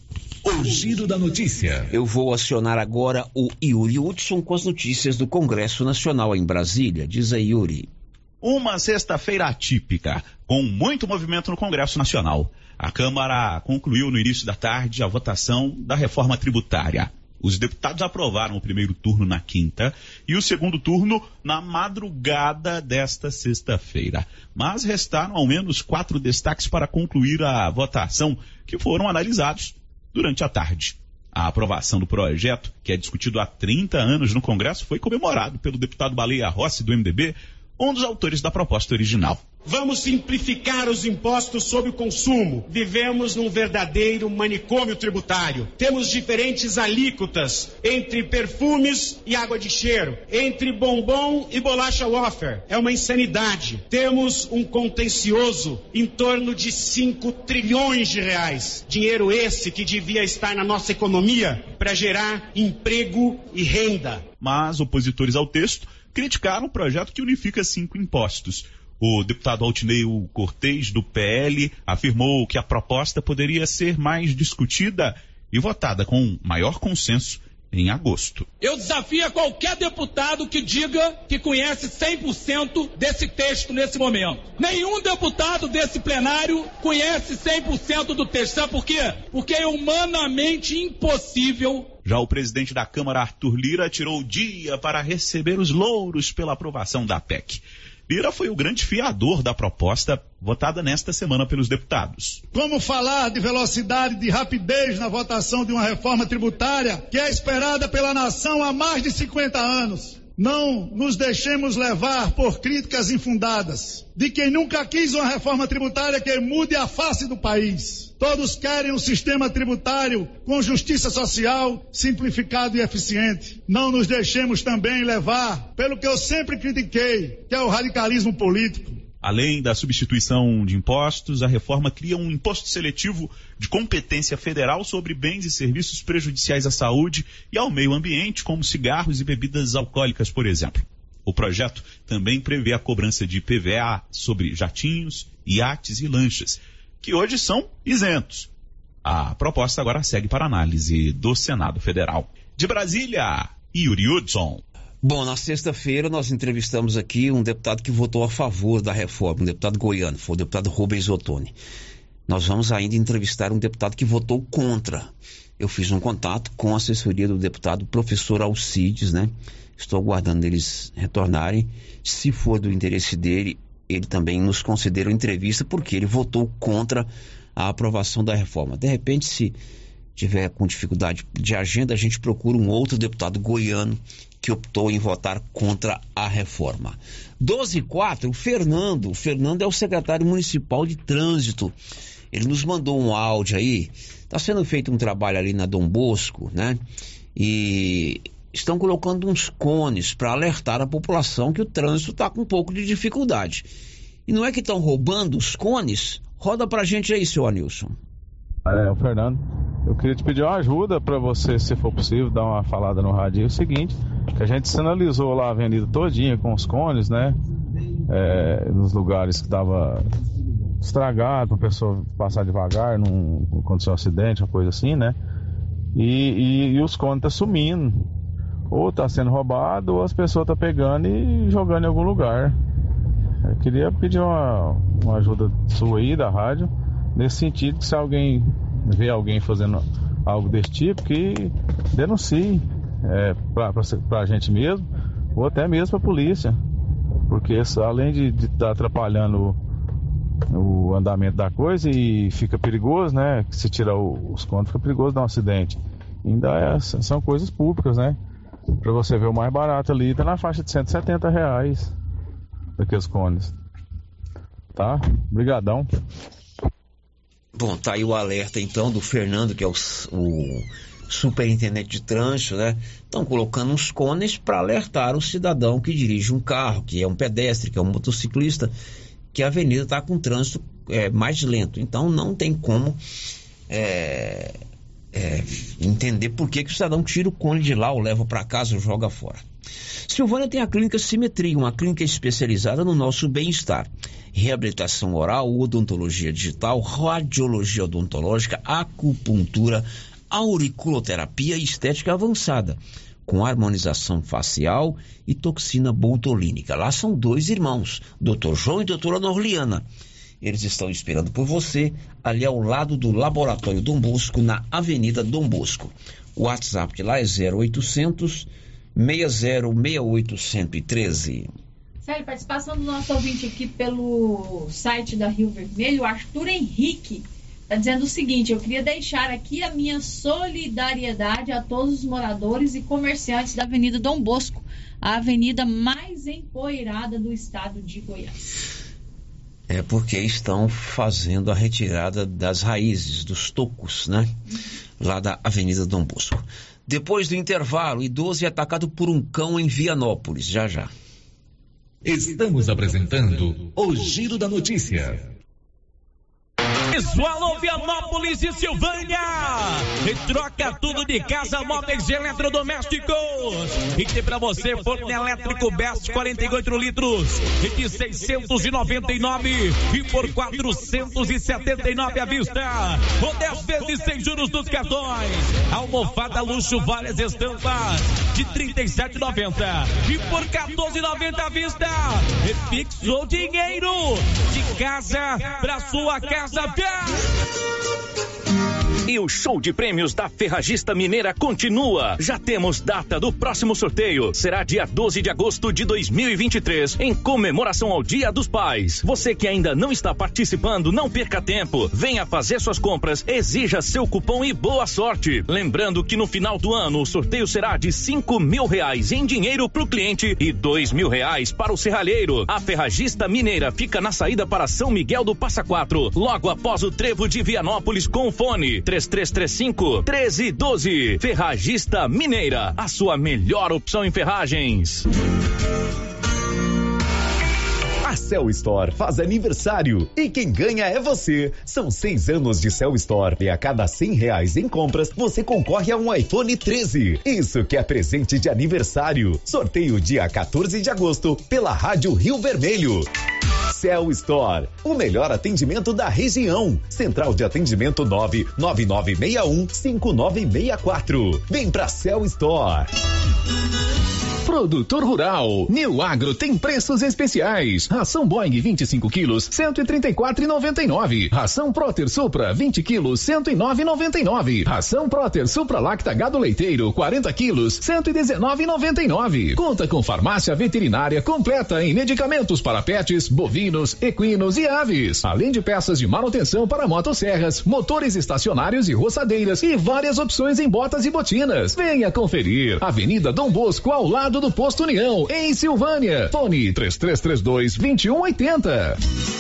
O giro da notícia. Eu vou acionar agora o Yuri Hudson com as notícias do Congresso Nacional em Brasília. Diz aí, Yuri. Uma sexta-feira atípica, com muito movimento no Congresso Nacional. A Câmara concluiu no início da tarde a votação da reforma tributária. Os deputados aprovaram o primeiro turno na quinta e o segundo turno na madrugada desta sexta-feira. Mas restaram ao menos 4 destaques para concluir a votação, que foram analisados durante a tarde. A aprovação do projeto, que é discutido há 30 anos no Congresso, foi comemorado pelo deputado Baleia Rossi, do MDB, um dos autores da proposta original. Vamos simplificar os impostos sobre o consumo. Vivemos num verdadeiro manicômio tributário. Temos diferentes alíquotas entre perfumes e água de cheiro, entre bombom e bolacha wafer. É uma insanidade. Temos um contencioso em torno de 5 trilhões de reais. Dinheiro esse que devia estar na nossa economia para gerar emprego e renda. Mas opositores ao texto criticaram o projeto que unifica 5 impostos. O deputado Altineu Cortez, do PL, afirmou que a proposta poderia ser mais discutida e votada com maior consenso em agosto. Eu desafio a qualquer deputado que diga que conhece 100% desse texto nesse momento. Nenhum deputado desse plenário conhece 100% do texto. Sabe por quê? Porque é humanamente impossível. Já o presidente da Câmara, Arthur Lira, tirou o dia para receber os louros pela aprovação da PEC. Lira foi o grande fiador da proposta votada nesta semana pelos deputados. Como falar de velocidade, de rapidez na votação de uma reforma tributária que é esperada pela nação há mais de 50 anos? Não nos deixemos levar por críticas infundadas de quem nunca quis uma reforma tributária que mude a face do país. Todos querem um sistema tributário com justiça social, simplificado e eficiente. Não nos deixemos também levar pelo que eu sempre critiquei, que é o radicalismo político. Além da substituição de impostos, a reforma cria um imposto seletivo de competência federal sobre bens e serviços prejudiciais à saúde e ao meio ambiente, como cigarros e bebidas alcoólicas, por exemplo. O projeto também prevê a cobrança de IPVA sobre jatinhos, iates e lanchas, que hoje são isentos. A proposta agora segue para análise do Senado Federal. De Brasília, Yuri Hudson. Bom, na sexta-feira nós entrevistamos aqui um deputado que votou a favor da reforma, um deputado goiano, foi o deputado Rubens Ottoni. Nós vamos ainda entrevistar um deputado que votou contra. Eu fiz um contato com a assessoria do deputado professor Alcides, né? Estou aguardando eles retornarem. Se for do interesse dele, ele também nos concederá uma entrevista, porque ele votou contra a aprovação da reforma. De repente, se tiver com dificuldade de agenda, a gente procura um outro deputado goiano que optou em votar contra a reforma. 12h04, o Fernando é o secretário municipal de trânsito. Ele nos mandou um áudio aí. Está sendo feito um trabalho ali na Dom Bosco, né? E estão colocando uns cones para alertar a população que o trânsito está com um pouco de dificuldade. E não é que estão roubando os cones? Roda pra gente aí, senhor Nilson. O Fernando, eu queria te pedir uma ajuda para você, se for possível, dar uma falada no rádio. É o seguinte, que a gente sinalizou lá a avenida todinha com os cones, né? Nos lugares que estava estragado, para a pessoa passar devagar, não acontecer um acidente, uma coisa assim, né? E os cones estão sumindo. Ou está sendo roubado, ou as pessoas estão pegando e jogando em algum lugar. Eu queria pedir uma ajuda sua aí da rádio, nesse sentido, que se alguém vê alguém fazendo algo desse tipo, que denuncie para a gente mesmo, ou até mesmo para a polícia, porque isso, além de estar atrapalhando o andamento da coisa, e fica perigoso, né? Que se tira os contos, fica perigoso dar um acidente. Ainda são coisas públicas, né? Para você ver, o mais barato ali tá na faixa de R$170 daqueles cones. Tá? Obrigadão. Bom, tá aí o alerta então do Fernando, que é o superintendente de trânsito, né? Estão colocando uns cones para alertar o cidadão que dirige um carro, que é um pedestre, que é um motociclista, que a avenida está com trânsito mais lento. Então não tem como entender por que o cidadão tira o cone de lá, ou leva para casa ou joga fora. Silvânia tem a Clínica Simetria, uma clínica especializada no nosso bem-estar. Reabilitação oral, odontologia digital, radiologia odontológica, acupuntura, auriculoterapia e estética avançada, com harmonização facial e toxina botulínica. Lá são 2 irmãos, Dr. João e doutora Norliana. Eles estão esperando por você, ali ao lado do Laboratório Dom Bosco, na Avenida Dom Bosco. O WhatsApp de lá é 0800 6068 113. Sério, participação do nosso ouvinte aqui pelo site da Rio Vermelho, Arthur Henrique, está dizendo o seguinte: eu queria deixar aqui a minha solidariedade a todos os moradores e comerciantes da Avenida Dom Bosco, a avenida mais empoeirada do estado de Goiás. É porque estão fazendo a retirada das raízes, dos tocos, né? Lá da Avenida Dom Bosco. Depois do intervalo, idoso é atacado por um cão em Vianópolis. Já. Estamos apresentando o Giro da Notícia. Alô, Vianópolis e Silvânia! E troca tudo de casa, móveis e eletrodomésticos. E tem pra você forno elétrico Best 48 litros de 699 e por 479 à vista. Ou 10 vezes sem juros dos cartões. Almofada luxo, várias estampas de 37,90 e por 14,90 à vista. E fixou dinheiro de casa pra sua casa. E o show de prêmios da Ferragista Mineira continua. Já temos data do próximo sorteio. Será dia 12 de agosto de 2023, em comemoração ao Dia dos Pais. Você que ainda não está participando, não perca tempo. Venha fazer suas compras, exija seu cupom e boa sorte. Lembrando que no final do ano o sorteio será de R$5.000 em dinheiro para o cliente e R$2.000 para o serralheiro. A Ferragista Mineira fica na saída para São Miguel do Passa Quatro, logo após o trevo de Vianópolis, com fone 3335-1312. Ferragista Mineira, a sua melhor opção em ferragens. A Cell Store faz aniversário e quem ganha é você. São 6 anos de Cell Store e a cada R$100 em compras você concorre a um iPhone 13. Isso que é presente de aniversário. Sorteio dia 14 de agosto pela Rádio Rio Vermelho. Cell Store, o melhor atendimento da região. Central de atendimento 99961-5964. Vem pra Cell Store. Produtor Rural, New Agro tem preços especiais. Ração Boeing 25 quilos, R$134,99. Ração Proter Supra 20 quilos, R$109,99. Ração Proter Supra Lacta Gado Leiteiro 40 quilos, R$119,99. Conta com farmácia veterinária completa em medicamentos para pets, bovinos, equinos e aves. Além de peças de manutenção para motosserras, motores estacionários e roçadeiras e várias opções em botas e botinas. Venha conferir. Avenida Dom Bosco, ao lado do Posto União, em Silvânia. Fone 3332-2180.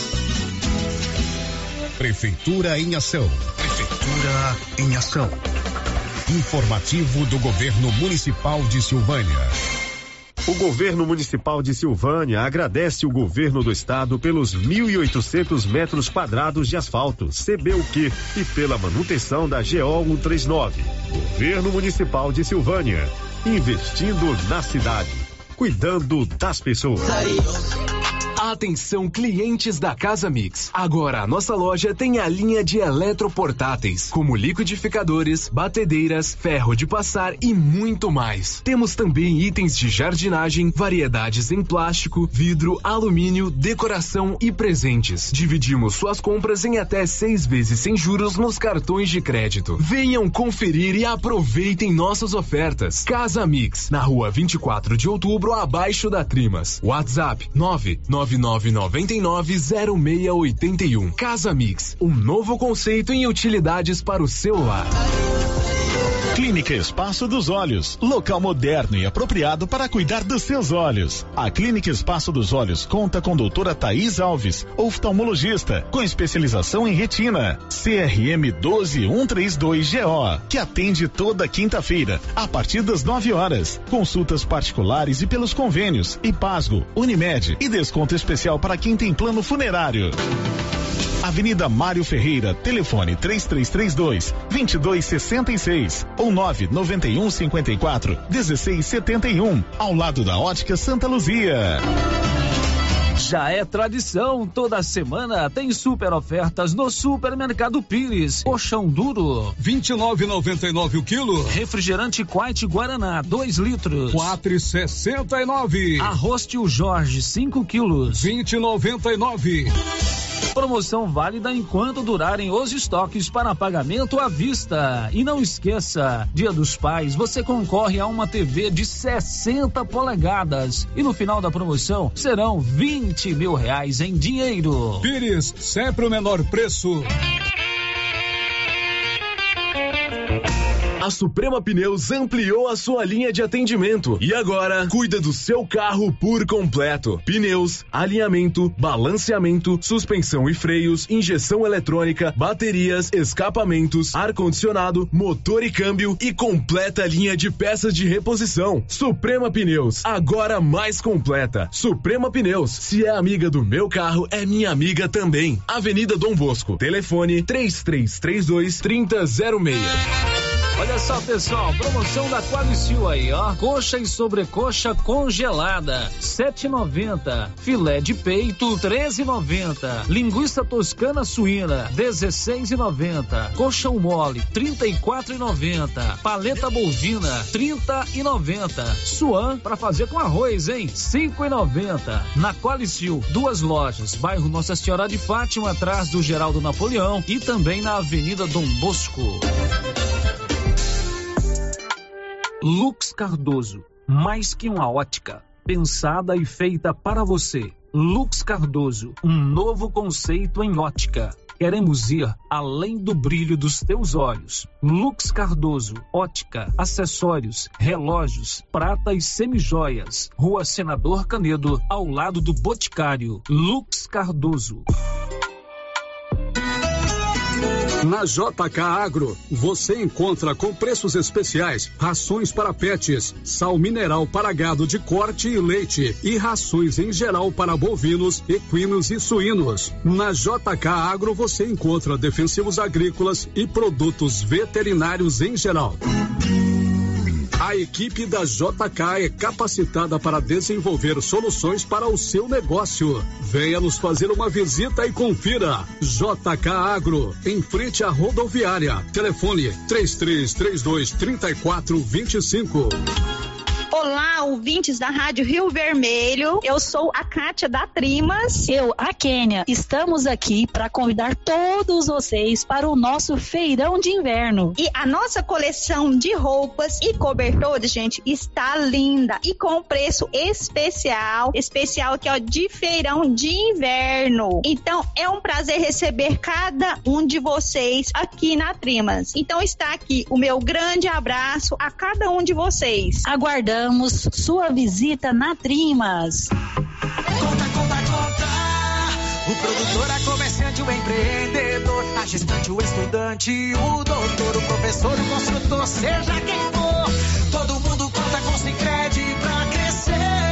Prefeitura em Ação. Prefeitura em Ação. Informativo do Governo Municipal de Silvânia. O governo municipal de Silvânia agradece o governo do estado pelos 1.800 metros quadrados de asfalto, CBUQ, e pela manutenção da GO 139. Governo municipal de Silvânia, investindo na cidade, cuidando das pessoas. Atenção, clientes da Casa Mix. Agora a nossa loja tem a linha de eletroportáteis, como liquidificadores, batedeiras, ferro de passar e muito mais. Temos também itens de jardinagem, variedades em plástico, vidro, alumínio, decoração e presentes. Dividimos suas compras em até 6 vezes sem juros nos cartões de crédito. Venham conferir e aproveitem nossas ofertas. Casa Mix, na rua 24 de outubro, abaixo da Trimas. WhatsApp 999990681. Casa Mix, um novo conceito em utilidades para o seu lar. Clínica Espaço dos Olhos, local moderno e apropriado para cuidar dos seus olhos. A Clínica Espaço dos Olhos conta com doutora Thaís Alves, oftalmologista, com especialização em retina, CRM 12132GO, que atende toda quinta-feira, a partir das 9 horas. Consultas particulares e pelos convênios, IPASGO, Unimed e desconto especial para quem tem plano funerário. Avenida Mário Ferreira, telefone 3332-2266 ou 99154-1671, ao lado da Ótica Santa Luzia. Já é tradição, toda semana tem super ofertas no Supermercado Pires. Colchão duro, 29,99 o quilo. Refrigerante Quite Guaraná, 2 litros, 4,69. Arroz Tio Jorge, 5 quilos, 20,99. Promoção válida enquanto durarem os estoques para pagamento à vista. E não esqueça, Dia dos Pais, você concorre a uma TV de 60 polegadas. E no final da promoção serão R$20 mil em dinheiro. Pires, sempre o menor preço. A Suprema Pneus ampliou a sua linha de atendimento e agora cuida do seu carro por completo. Pneus, alinhamento, balanceamento, suspensão e freios, injeção eletrônica, baterias, escapamentos, ar-condicionado, motor e câmbio e completa linha de peças de reposição. Suprema Pneus, agora mais completa. Suprema Pneus, se é amiga do meu carro, é minha amiga também. Avenida Dom Bosco, telefone 3332-3006. Olha só, pessoal, promoção da Qualicil aí, ó. Coxa e sobrecoxa congelada, 7,90. Filé de peito, 13,90. Linguiça toscana suína, 16,90. Coxão mole, 34,90. Paleta bovina, 30,90. Suan pra fazer com arroz, hein? 5,90. Na Qualicil, 2 lojas, bairro Nossa Senhora de Fátima, atrás do Geraldo Napoleão e também na Avenida Dom Bosco. Lux Cardoso, mais que uma ótica, pensada e feita para você. Lux Cardoso, um novo conceito em ótica. Queremos ir além do brilho dos teus olhos. Lux Cardoso, ótica, acessórios, relógios, prata e semijoias. Rua Senador Canedo, ao lado do Boticário. Lux Cardoso. Na JK Agro, você encontra com preços especiais rações para pets, sal mineral para gado de corte e leite e rações em geral para bovinos, equinos e suínos. Na JK Agro você encontra defensivos agrícolas e produtos veterinários em geral. A equipe da JK é capacitada para desenvolver soluções para o seu negócio. Venha nos fazer uma visita e confira. JK Agro, em frente à rodoviária. Telefone 3332-3425. Olá, ouvintes da Rádio Rio Vermelho. Eu sou a Kátia da Trimas. Eu, a Kênia. Estamos aqui para convidar todos vocês para o nosso feirão de inverno. E a nossa coleção de roupas e cobertores, gente, está linda e com preço especial aqui, ó, de feirão de inverno. Então, é um prazer receber cada um de vocês aqui na Trimas. Então, está aqui o meu grande abraço a cada um de vocês. Aguardamos sua visita na Trimas. Conta. O produtor, a comerciante, o empreendedor, a gestante, o estudante, o doutor, o professor, o construtor, seja quem for, todo mundo conta com Sicredi pra crescer.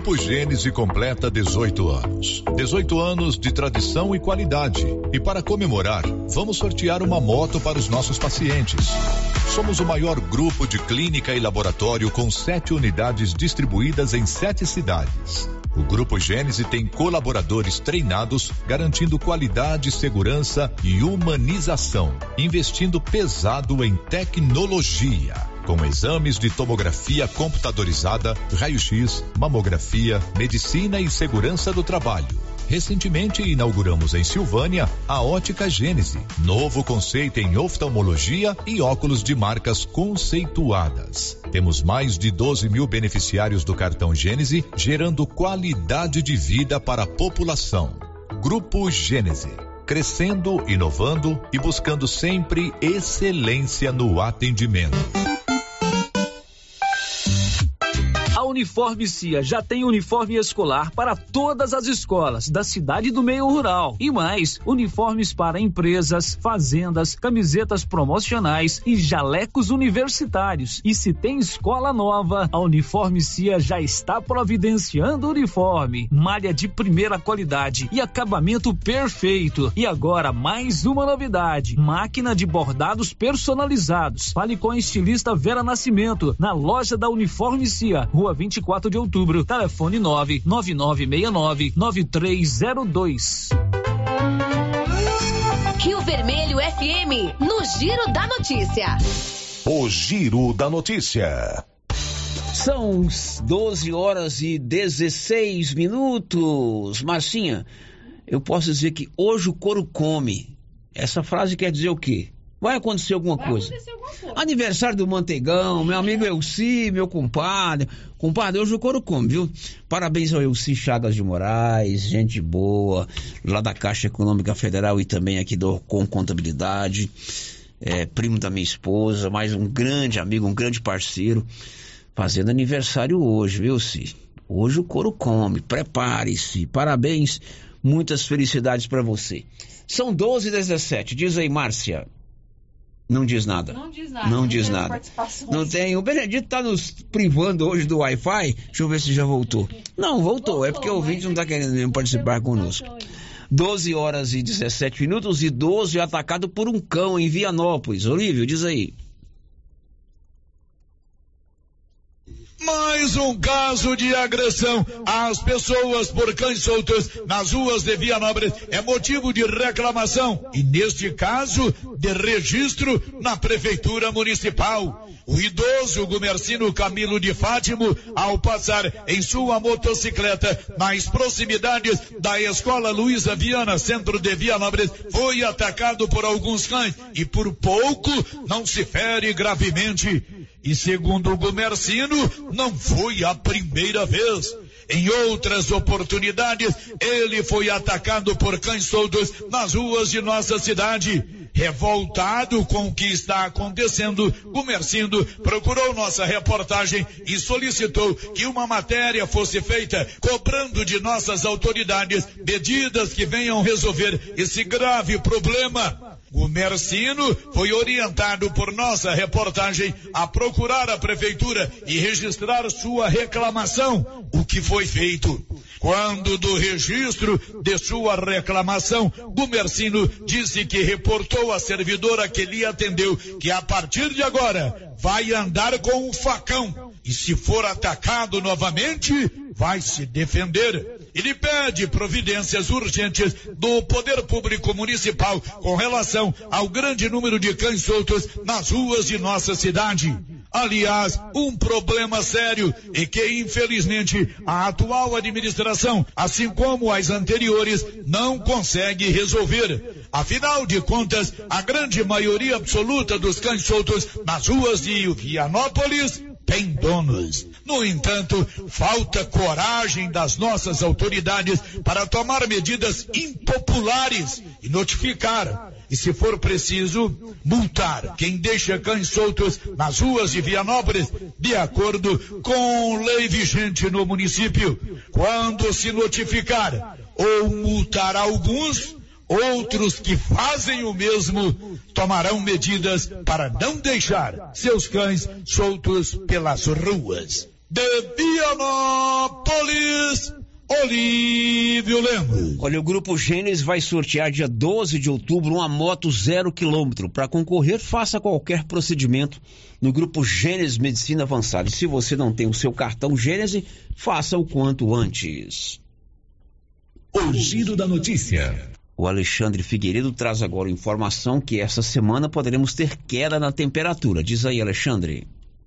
Grupo Gênese completa 18 anos. 18 anos de tradição e qualidade. E para comemorar, vamos sortear uma moto para os nossos pacientes. Somos o maior grupo de clínica e laboratório com 7 unidades distribuídas em 7 cidades. O Grupo Gênese tem colaboradores treinados, garantindo qualidade, segurança e humanização, investindo pesado em tecnologia, com exames de tomografia computadorizada, raio-x, mamografia, medicina e segurança do trabalho. Recentemente inauguramos em Silvânia a Ótica Gênese, novo conceito em oftalmologia e óculos de marcas conceituadas. Temos mais de 12 mil beneficiários do cartão Gênese, gerando qualidade de vida para a população. Grupo Gênese, crescendo, inovando e buscando sempre excelência no atendimento. A Uniforme Cia já tem uniforme escolar para todas as escolas da cidade e do meio rural. E mais, uniformes para empresas, fazendas, camisetas promocionais e jalecos universitários. E se tem escola nova, a Uniforme Cia já está providenciando uniforme, malha de primeira qualidade e acabamento perfeito. E agora mais uma novidade: máquina de bordados personalizados. Fale com a estilista Vera Nascimento na loja da Uniforme Cia, Rua 24 de Outubro, telefone 99969-9302. Rio Vermelho FM, no Giro da Notícia. O Giro da Notícia. São 12 horas e 16 minutos. Marcinha, eu posso dizer que hoje o couro come. Essa frase quer dizer o quê? Vai acontecer alguma coisa. Aniversário do Manteigão, meu amigo Elci, meu compadre. Compadre, hoje o couro come, viu? Parabéns ao Elci Chagas de Moraes, gente boa, lá da Caixa Econômica Federal e também aqui do Com Contabilidade. Primo da minha esposa, mais um grande amigo, um grande parceiro, fazendo aniversário hoje, viu, Elci? Hoje o couro come, prepare-se. Parabéns, muitas felicidades para você. São 12h17, diz aí, Márcia. Não diz nada. Não diz nada. Não diz nada. Não tem. O Benedito tá nos privando hoje do Wi-Fi. Deixa eu ver se já voltou. Não, voltou. É porque o ouvinte não tá querendo mesmo participar conosco. 12 horas e 17 minutos. Idoso é atacado por um cão em Vianópolis. Olívio, diz aí. Mais um caso de agressão às pessoas por cães soltos nas ruas de Vianópolis é motivo de reclamação e, neste caso, de registro na Prefeitura Municipal. O idoso Gumercino Camilo de Fátimo, ao passar em sua motocicleta nas proximidades da Escola Luísa Viana, centro de Vianópolis, foi atacado por alguns cães e por pouco não se fere gravemente. E segundo o Gumercino, não foi a primeira vez. Em outras oportunidades, ele foi atacado por cães soltos nas ruas de nossa cidade. Revoltado com o que está acontecendo, Gumercindo procurou nossa reportagem e solicitou que uma matéria fosse feita cobrando de nossas autoridades medidas que venham resolver esse grave problema. Gumercino foi orientado por nossa reportagem a procurar a prefeitura e registrar sua reclamação, o que foi feito. Quando do registro de sua reclamação, Gumercino disse que reportou à servidora que lhe atendeu que a partir de agora vai andar com um facão e se for atacado novamente, vai se defender. Ele pede providências urgentes do Poder Público Municipal com relação ao grande número de cães soltos nas ruas de nossa cidade. Aliás, um problema sério e que, infelizmente, a atual administração, assim como as anteriores, não consegue resolver. Afinal de contas, a grande maioria absoluta dos cães soltos nas ruas de Vianópolis tem donos. No entanto, falta coragem das nossas autoridades para tomar medidas impopulares e notificar. E, se for preciso, multar quem deixa cães soltos nas ruas de Vianópolis, de acordo com lei vigente no município. Quando se notificar ou multar alguns, outros que fazem o mesmo tomarão medidas para não deixar seus cães soltos pelas ruas. De Vianópolis, Olívio Lemos. Olha, o Grupo Gênesis vai sortear dia 12 de outubro uma moto 0 km. Para concorrer, faça qualquer procedimento no Grupo Gênesis Medicina Avançada. E se você não tem o seu cartão Gênesis, faça o quanto antes. O Giro da Notícia. O Alexandre Figueiredo traz agora informação que essa semana poderemos ter queda na temperatura. Diz aí, Alexandre.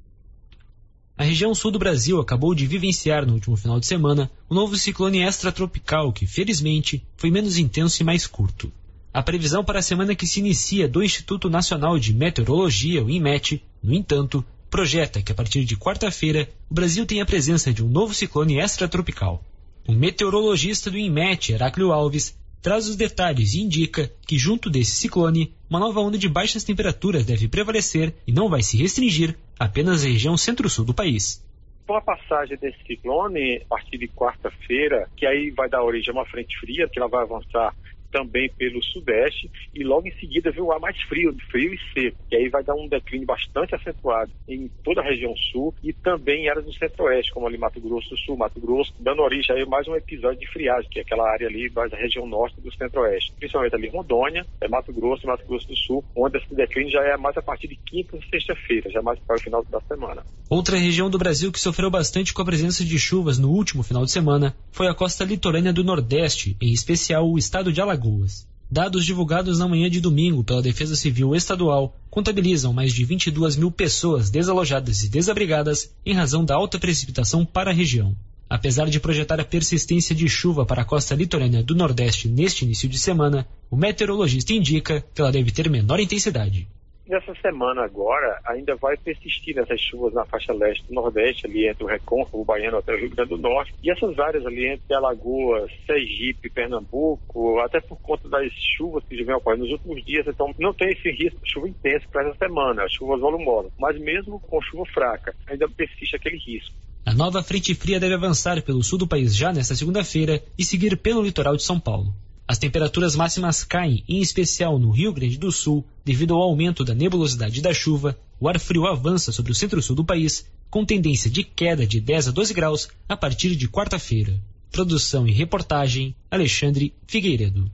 A região sul do Brasil acabou de vivenciar no último final de semana um novo ciclone extratropical que, felizmente, foi menos intenso e mais curto. A previsão para a semana que se inicia do Instituto Nacional de Meteorologia, o INMET, no entanto, projeta que a partir de quarta-feira o Brasil tem a presença de um novo ciclone extratropical. O meteorologista do INMET, Heráclio Alves, traz os detalhes e indica que, junto desse ciclone, uma nova onda de baixas temperaturas deve prevalecer e não vai se restringir apenas à região centro-sul do país. Com a passagem desse ciclone, a partir de quarta-feira, que aí vai dar origem a uma frente fria, que ela vai avançar também pelo sudeste, e logo em seguida vem o ar mais frio e seco, que aí vai dar um declínio bastante acentuado em toda a região sul e também em áreas do centro-oeste, como ali Mato Grosso do Sul, Mato Grosso, dando origem aí a mais um episódio de friagem, que é aquela área ali mais da região norte do centro-oeste, principalmente ali Rondônia, Mato Grosso e Mato Grosso do Sul, onde esse declínio já é mais a partir de quinta e sexta-feira, já mais para o final da semana. Outra região do Brasil que sofreu bastante com a presença de chuvas no último final de semana foi a costa litorânea do Nordeste, em especial o estado de Alagoas. Dados divulgados na manhã de domingo pela Defesa Civil Estadual contabilizam mais de 22 mil pessoas desalojadas e desabrigadas em razão da alta precipitação para a região. Apesar de projetar a persistência de chuva para a costa litorânea do Nordeste neste início de semana, o meteorologista indica que ela deve ter menor intensidade. Nessa semana agora, ainda vai persistir essas chuvas na faixa leste do Nordeste, ali entre o Recôncavo, o Baiano até o Rio Grande do Norte. E essas áreas ali entre Alagoas, Sergipe, Pernambuco, até por conta das chuvas que já vem ocorrendo nos últimos dias, então não tem esse risco de chuva intensa para essa semana, chuvas volumosas. Mas mesmo com chuva fraca, ainda persiste aquele risco. A nova frente fria deve avançar pelo sul do país já nesta segunda-feira e seguir pelo litoral de São Paulo. As temperaturas máximas caem, em especial no Rio Grande do Sul, devido ao aumento da nebulosidade da chuva. O ar frio avança sobre o centro-sul do país, com tendência de queda de 10 a 12 graus a partir de quarta-feira. Produção e reportagem, Alexandre Figueiredo.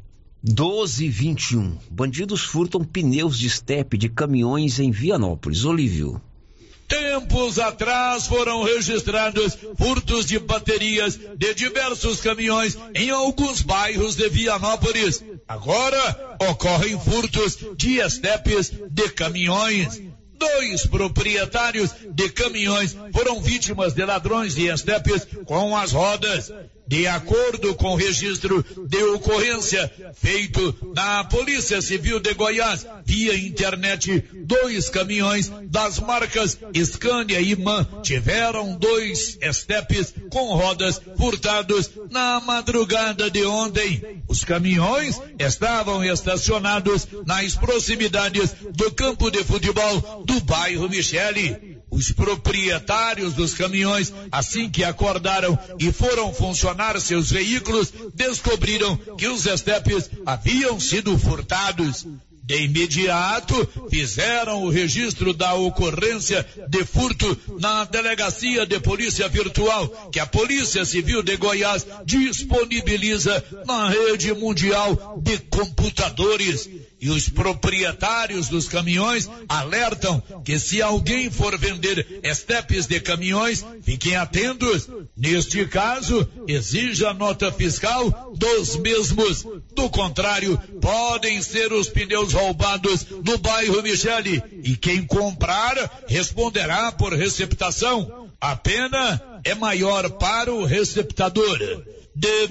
12h21. Bandidos furtam pneus de estepe de caminhões em Vianópolis. Olívio. Tempos atrás foram registrados furtos de baterias de diversos caminhões em alguns bairros de Vianópolis. Agora ocorrem furtos de estepes de caminhões. 2 proprietários de caminhões foram vítimas de ladrões de estepes com as rodas. De acordo com o registro de ocorrência feito na Polícia Civil de Goiás, via internet, 2 caminhões das marcas Scania e MAN tiveram 2 estepes com rodas furtados na madrugada de ontem. Os caminhões estavam estacionados nas proximidades do campo de futebol do bairro Michele. Os proprietários dos caminhões, assim que acordaram e foram funcionar seus veículos, descobriram que os estepes haviam sido furtados. De imediato, fizeram o registro da ocorrência de furto na Delegacia de Polícia Virtual, que a Polícia Civil de Goiás disponibiliza na rede mundial de computadores. E os proprietários dos caminhões alertam que se alguém for vender estepes de caminhões, fiquem atentos. Neste caso, exija nota fiscal dos mesmos. Do contrário, podem ser os pneus roubados no bairro Michele. E quem comprar responderá por receptação. A pena é maior para o receptador. De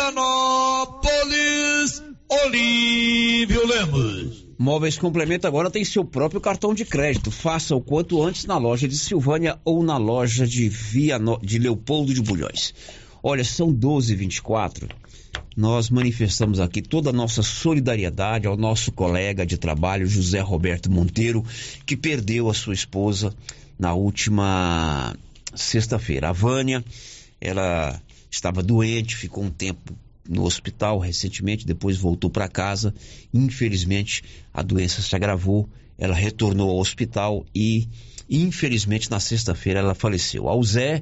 Vianópolis, Olívio Lemos. Móveis Complemento agora tem seu próprio cartão de crédito. Faça o quanto antes na loja de Silvânia ou na loja de Leopoldo de Bulhões. Olha, são 12h24. Nós manifestamos aqui toda a nossa solidariedade ao nosso colega de trabalho, José Roberto Monteiro, que perdeu a sua esposa na última sexta-feira. A Vânia, ela estava doente, ficou um tempo no hospital recentemente, depois voltou para casa. Infelizmente, a doença se agravou, ela retornou ao hospital e, infelizmente, na sexta-feira ela faleceu. Ao Zé,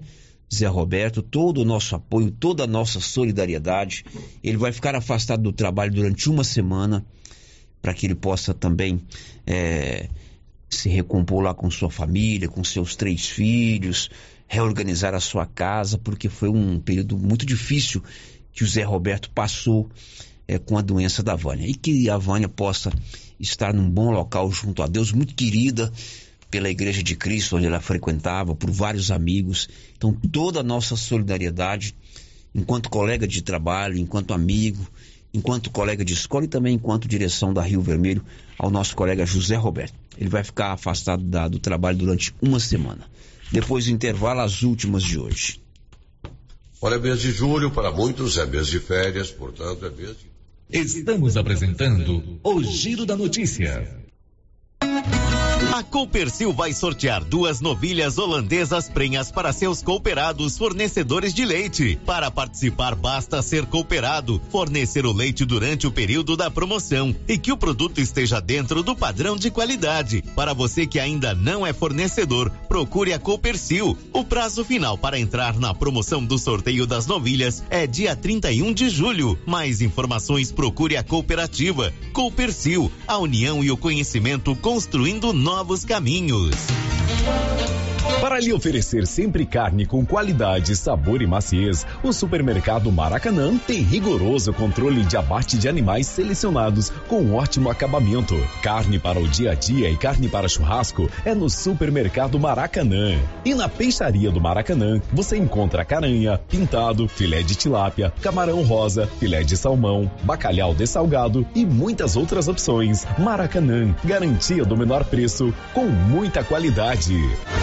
Zé Roberto, todo o nosso apoio, toda a nossa solidariedade. Ele vai ficar afastado do trabalho durante uma semana, para que ele possa também se recompor lá com sua família, com seus 3 filhos, reorganizar a sua casa, porque foi um período muito difícil que o Zé Roberto passou com a doença da Vânia. E que a Vânia possa estar num bom local junto a Deus, muito querida pela Igreja de Cristo, onde ela frequentava, por vários amigos. Então, toda a nossa solidariedade, enquanto colega de trabalho, enquanto amigo, enquanto colega de escola e também enquanto direção da Rio Vermelho, ao nosso colega José Roberto. Ele vai ficar afastado do trabalho durante uma semana. Depois do intervalo, as últimas de hoje. Olha, mês de julho, para muitos, é mês de férias, portanto, é mês de... Estamos apresentando o Giro da Notícia. A Copercil vai sortear 2 novilhas holandesas prenhas para seus cooperados fornecedores de leite. Para participar, basta ser cooperado, fornecer o leite durante o período da promoção e que o produto esteja dentro do padrão de qualidade. Para você que ainda não é fornecedor, procure a Copercil. O prazo final para entrar na promoção do sorteio das novilhas é dia 31 de julho. Mais informações, procure a cooperativa. Copercil, a união e o conhecimento construindo novos caminhos. Para lhe oferecer sempre carne com qualidade, sabor e maciez, o Supermercado Maracanã tem rigoroso controle de abate de animais selecionados com ótimo acabamento. Carne para o dia a dia e carne para churrasco é no Supermercado Maracanã. E na Peixaria do Maracanã, você encontra caranha, pintado, filé de tilápia, camarão rosa, filé de salmão, bacalhau dessalgado e muitas outras opções. Maracanã, garantia do menor preço com muita qualidade.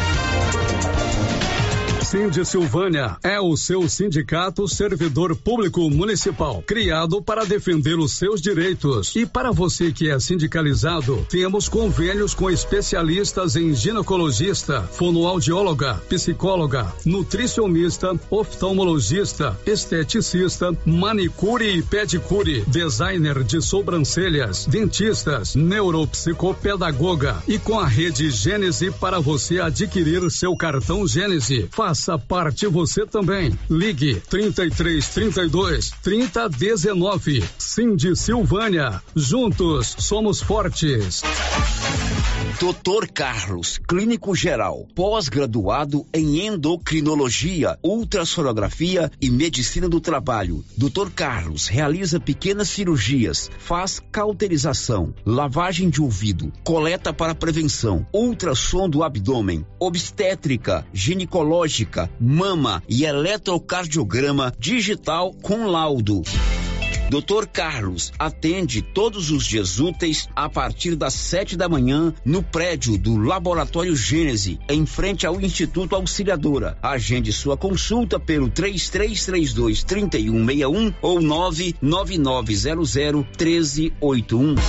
Sindi Silvânia é o seu sindicato servidor público municipal, criado para defender os seus direitos. E para você que é sindicalizado, temos convênios com especialistas em ginecologista, fonoaudióloga, psicóloga, nutricionista, oftalmologista, esteticista, manicure e pedicure, designer de sobrancelhas, dentistas, neuropsicopedagoga e com a rede Gênese para você adquirir seu cartão Gênese. Faça parte você também. Ligue 3332 3019. Sindi Silvânia. Juntos somos fortes. Dr. Carlos, clínico geral, pós-graduado em endocrinologia, ultrassonografia e medicina do trabalho. Dr. Carlos realiza pequenas cirurgias, faz cauterização, lavagem de ouvido, coleta para prevenção, ultrassom do abdômen, obstétrica, ginecológica, mama e eletrocardiograma digital com laudo. Dr. Carlos atende todos os dias úteis a partir das 7 da manhã no prédio do Laboratório Gênese, em frente ao Instituto Auxiliadora. Agende sua consulta pelo 3332-3161 ou 99900-1381.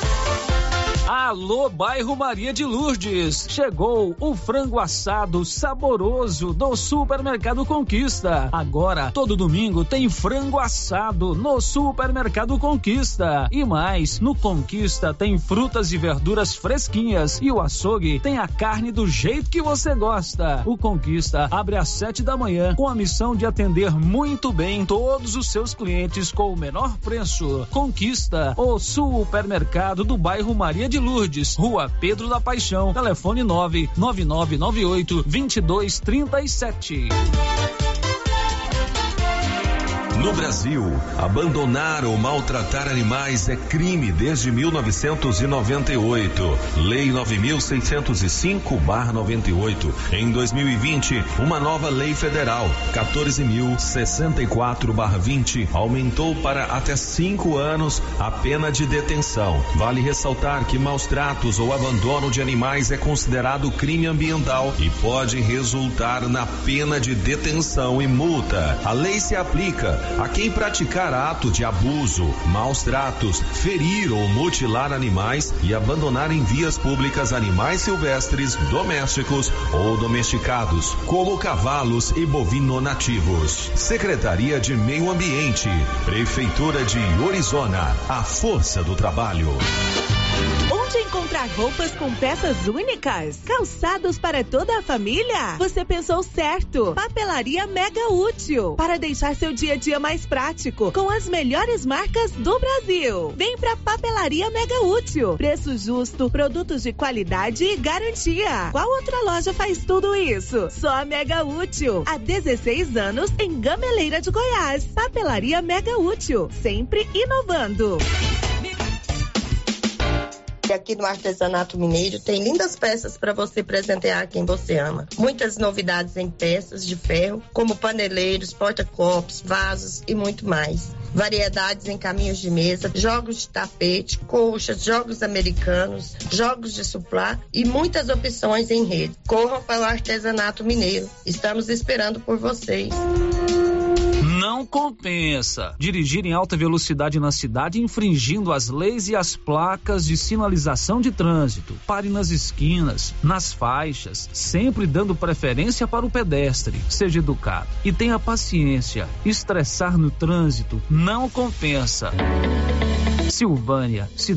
Alô, bairro Maria de Lourdes. Chegou o frango assado saboroso do Supermercado Conquista. Agora, todo domingo tem frango assado no Supermercado Conquista. E mais, no Conquista tem frutas e verduras fresquinhas e o açougue tem a carne do jeito que você gosta. O Conquista abre às 7 da manhã com a missão de atender muito bem todos os seus clientes com o menor preço. Conquista, o supermercado do bairro Maria de Lourdes, Rua Pedro da Paixão, telefone 99998-2237. No Brasil, abandonar ou maltratar animais é crime desde 1998. Lei 9.605/98. Em 2020, uma nova lei federal, 14.064/20, aumentou para até 5 anos a pena de detenção. Vale ressaltar que maus tratos ou abandono de animais é considerado crime ambiental e pode resultar na pena de detenção e multa. A lei se aplica a quem praticar ato de abuso, maus tratos, ferir ou mutilar animais e abandonar em vias públicas animais silvestres, domésticos ou domesticados, como cavalos e bovino-nativos. Secretaria de Meio Ambiente, Prefeitura de Orizona, a força do trabalho. Onde encontrar roupas com peças únicas? Calçados para toda a família? Você pensou certo. Papelaria Mega Útil. Para deixar seu dia a dia mais prático, com as melhores marcas do Brasil. Vem pra Papelaria Mega Útil. Preço justo, produtos de qualidade e garantia. Qual outra loja faz tudo isso? Só a Mega Útil. Há 16 anos em Gameleira de Goiás. Papelaria Mega Útil. Sempre inovando. Aqui no Artesanato Mineiro tem lindas peças para você presentear quem você ama. Muitas novidades em peças de ferro, como paneleiros, porta-copos, vasos e muito mais. Variedades em caminhos de mesa, jogos de tapete, colchas, jogos americanos, jogos de suplá e muitas opções em rede. Corram para o Artesanato Mineiro. Estamos esperando por vocês. Não compensa dirigir em alta velocidade na cidade infringindo as leis e as placas de sinalização de trânsito. Pare nas esquinas, nas faixas, sempre dando preferência para o pedestre. Seja educado e tenha paciência. Estressar no trânsito não compensa. Silvânia,